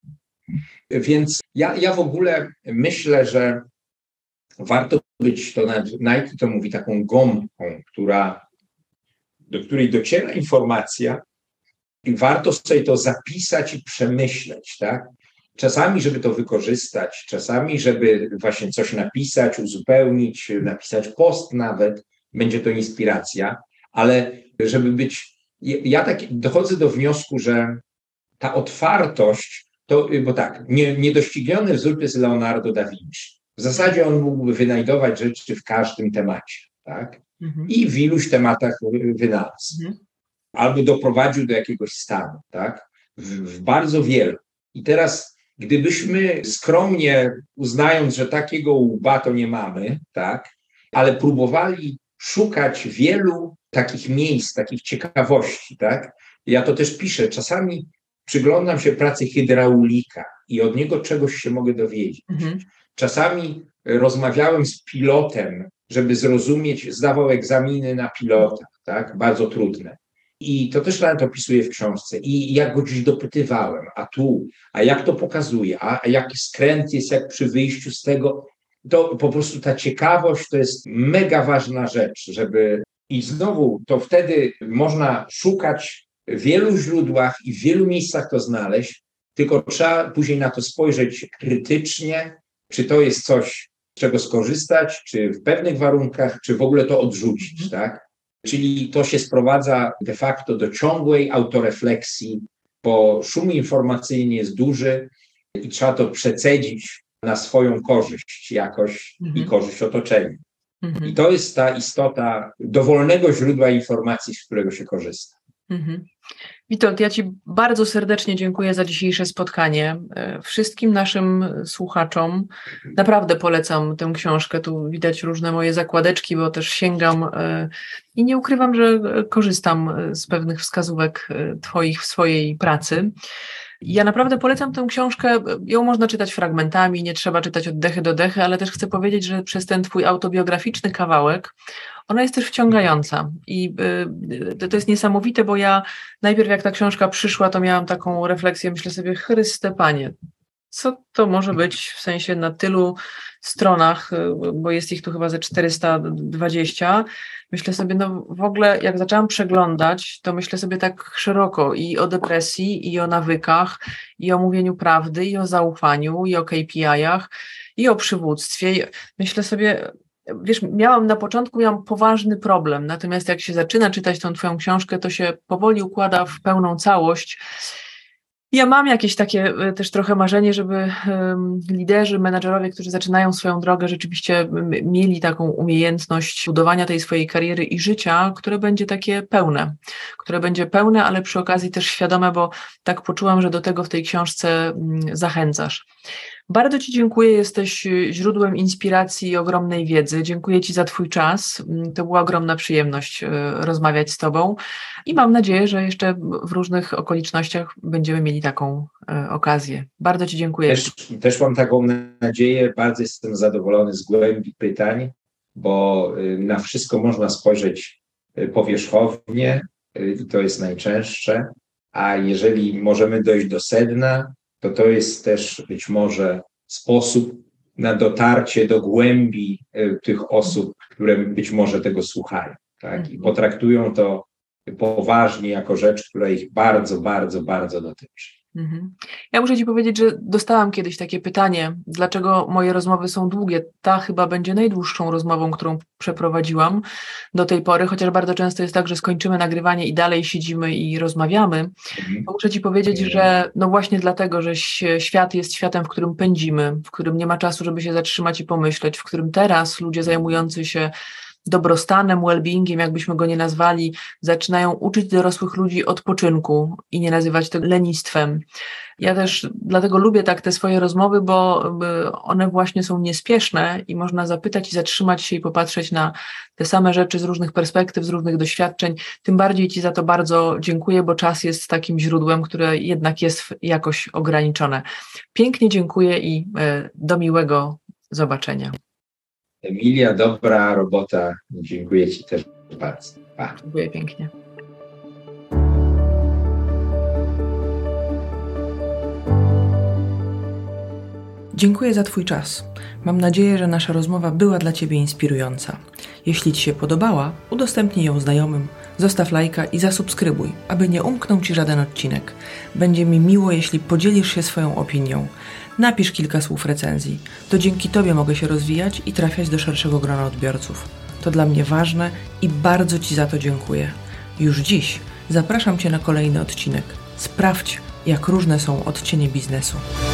Więc ja, ja w ogóle myślę, że warto być, to Nike to mówi, taką gąbką, która, do której dociera informacja i warto sobie to zapisać i przemyśleć, tak? Czasami, żeby to wykorzystać, czasami, żeby właśnie coś napisać, uzupełnić, napisać post nawet, będzie to inspiracja, ale żeby być, ja tak dochodzę do wniosku, że ta otwartość, to, bo tak, nie, niedościgniony wzór to jest Leonardo da Vinci. W zasadzie on mógłby wynajdować rzeczy w każdym temacie, tak? Mhm. I w iluś tematach wynalazł. Mhm. Albo doprowadził do jakiegoś stanu, tak? W, w bardzo wielu. I teraz, gdybyśmy skromnie, uznając, że takiego łba to nie mamy, tak? Ale próbowali szukać wielu takich miejsc, takich ciekawości, tak? Ja to też piszę. Czasami przyglądam się pracy hydraulika i od niego czegoś się mogę dowiedzieć. Mhm. Czasami rozmawiałem z pilotem, żeby zrozumieć, zdawał egzaminy na pilota, tak? Bardzo trudne. I to też nawet opisuję w książce. I jak go gdzieś dopytywałem, a tu, a jak to pokazuje, a, a jaki skręt jest jak przy wyjściu z tego, to po prostu ta ciekawość to jest mega ważna rzecz, żeby i znowu to wtedy można szukać w wielu źródłach i w wielu miejscach to znaleźć, tylko trzeba później na to spojrzeć krytycznie, czy to jest coś, z czego skorzystać, czy w pewnych warunkach, czy w ogóle to odrzucić, tak? Czyli to się sprowadza de facto do ciągłej autorefleksji, bo szum informacyjny jest duży i trzeba to przecedzić na swoją korzyść jakoś mhm. i korzyść otoczenia. Mhm. I to jest ta istota dowolnego źródła informacji, z którego się korzysta. Mhm. Witold, ja Ci bardzo serdecznie dziękuję za dzisiejsze spotkanie. Wszystkim naszym słuchaczom naprawdę polecam tę książkę. Tu widać różne moje zakładeczki, bo też sięgam i nie ukrywam, że korzystam z pewnych wskazówek Twoich w swojej pracy. Ja naprawdę polecam tę książkę, ją można czytać fragmentami, nie trzeba czytać od dechy do dechy, ale też chcę powiedzieć, że przez ten Twój autobiograficzny kawałek ona jest też wciągająca i y, to jest niesamowite, bo ja najpierw jak ta książka przyszła, to miałam taką refleksję, myślę sobie, Chryste Panie, co to może być w sensie na tylu stronach, bo jest ich tu chyba ze czterysta dwadzieścia. Myślę sobie, no w ogóle jak zaczęłam przeglądać, to myślę sobie tak szeroko i o depresji, i o nawykach, i o mówieniu prawdy, i o zaufaniu, i o K P I-ach, i o przywództwie. Myślę sobie, wiesz, miałam na początku miałam poważny problem, natomiast jak się zaczyna czytać tą Twoją książkę, to się powoli układa w pełną całość. Ja mam jakieś takie też trochę marzenie, żeby liderzy, menadżerowie, którzy zaczynają swoją drogę, rzeczywiście mieli taką umiejętność budowania tej swojej kariery i życia, które będzie takie pełne, które będzie pełne, ale przy okazji też świadome, bo tak poczułam, że do tego w tej książce zachęcasz. Bardzo Ci dziękuję, jesteś źródłem inspiracji i ogromnej wiedzy. Dziękuję Ci za Twój czas. To była ogromna przyjemność rozmawiać z Tobą i mam nadzieję, że jeszcze w różnych okolicznościach będziemy mieli taką okazję. Bardzo Ci dziękuję. Też, też mam taką nadzieję, bardzo jestem zadowolony z głębi pytań, bo na wszystko można spojrzeć powierzchownie, to jest najczęstsze, a jeżeli możemy dojść do sedna, to to jest też być może sposób na dotarcie do głębi tych osób, które być może tego słuchają, tak? I potraktują to poważnie jako rzecz, która ich bardzo, bardzo, bardzo dotyczy. Mhm. Ja muszę Ci powiedzieć, że dostałam kiedyś takie pytanie, dlaczego moje rozmowy są długie. Ta chyba będzie najdłuższą rozmową, którą przeprowadziłam do tej pory, chociaż bardzo często jest tak, że skończymy nagrywanie i dalej siedzimy i rozmawiamy. Mhm. Muszę Ci powiedzieć, mhm. że no właśnie dlatego, że świat jest światem, w którym pędzimy, w którym nie ma czasu, żeby się zatrzymać i pomyśleć, w którym teraz ludzie zajmujący się dobrostanem, well-beingiem, jakbyśmy go nie nazwali, zaczynają uczyć dorosłych ludzi odpoczynku i nie nazywać tego lenistwem. Ja też dlatego lubię tak te swoje rozmowy, bo one właśnie są niespieszne i można zapytać i zatrzymać się i popatrzeć na te same rzeczy z różnych perspektyw, z różnych doświadczeń. Tym bardziej Ci za to bardzo dziękuję, bo czas jest takim źródłem, które jednak jest jakoś ograniczone. Pięknie dziękuję i do miłego zobaczenia. Emilia, dobra robota. Dziękuję Ci też bardzo. Pa. Dziękuję pięknie. Dziękuję za Twój czas. Mam nadzieję, że nasza rozmowa była dla Ciebie inspirująca. Jeśli Ci się podobała, udostępnij ją znajomym, zostaw lajka i zasubskrybuj, aby nie umknął Ci żaden odcinek. Będzie mi miło, jeśli podzielisz się swoją opinią. Napisz kilka słów recenzji. To dzięki Tobie mogę się rozwijać i trafiać do szerszego grona odbiorców. To dla mnie ważne i bardzo Ci za to dziękuję. Już dziś zapraszam Cię na kolejny odcinek. Sprawdź, jak różne są odcienie biznesu.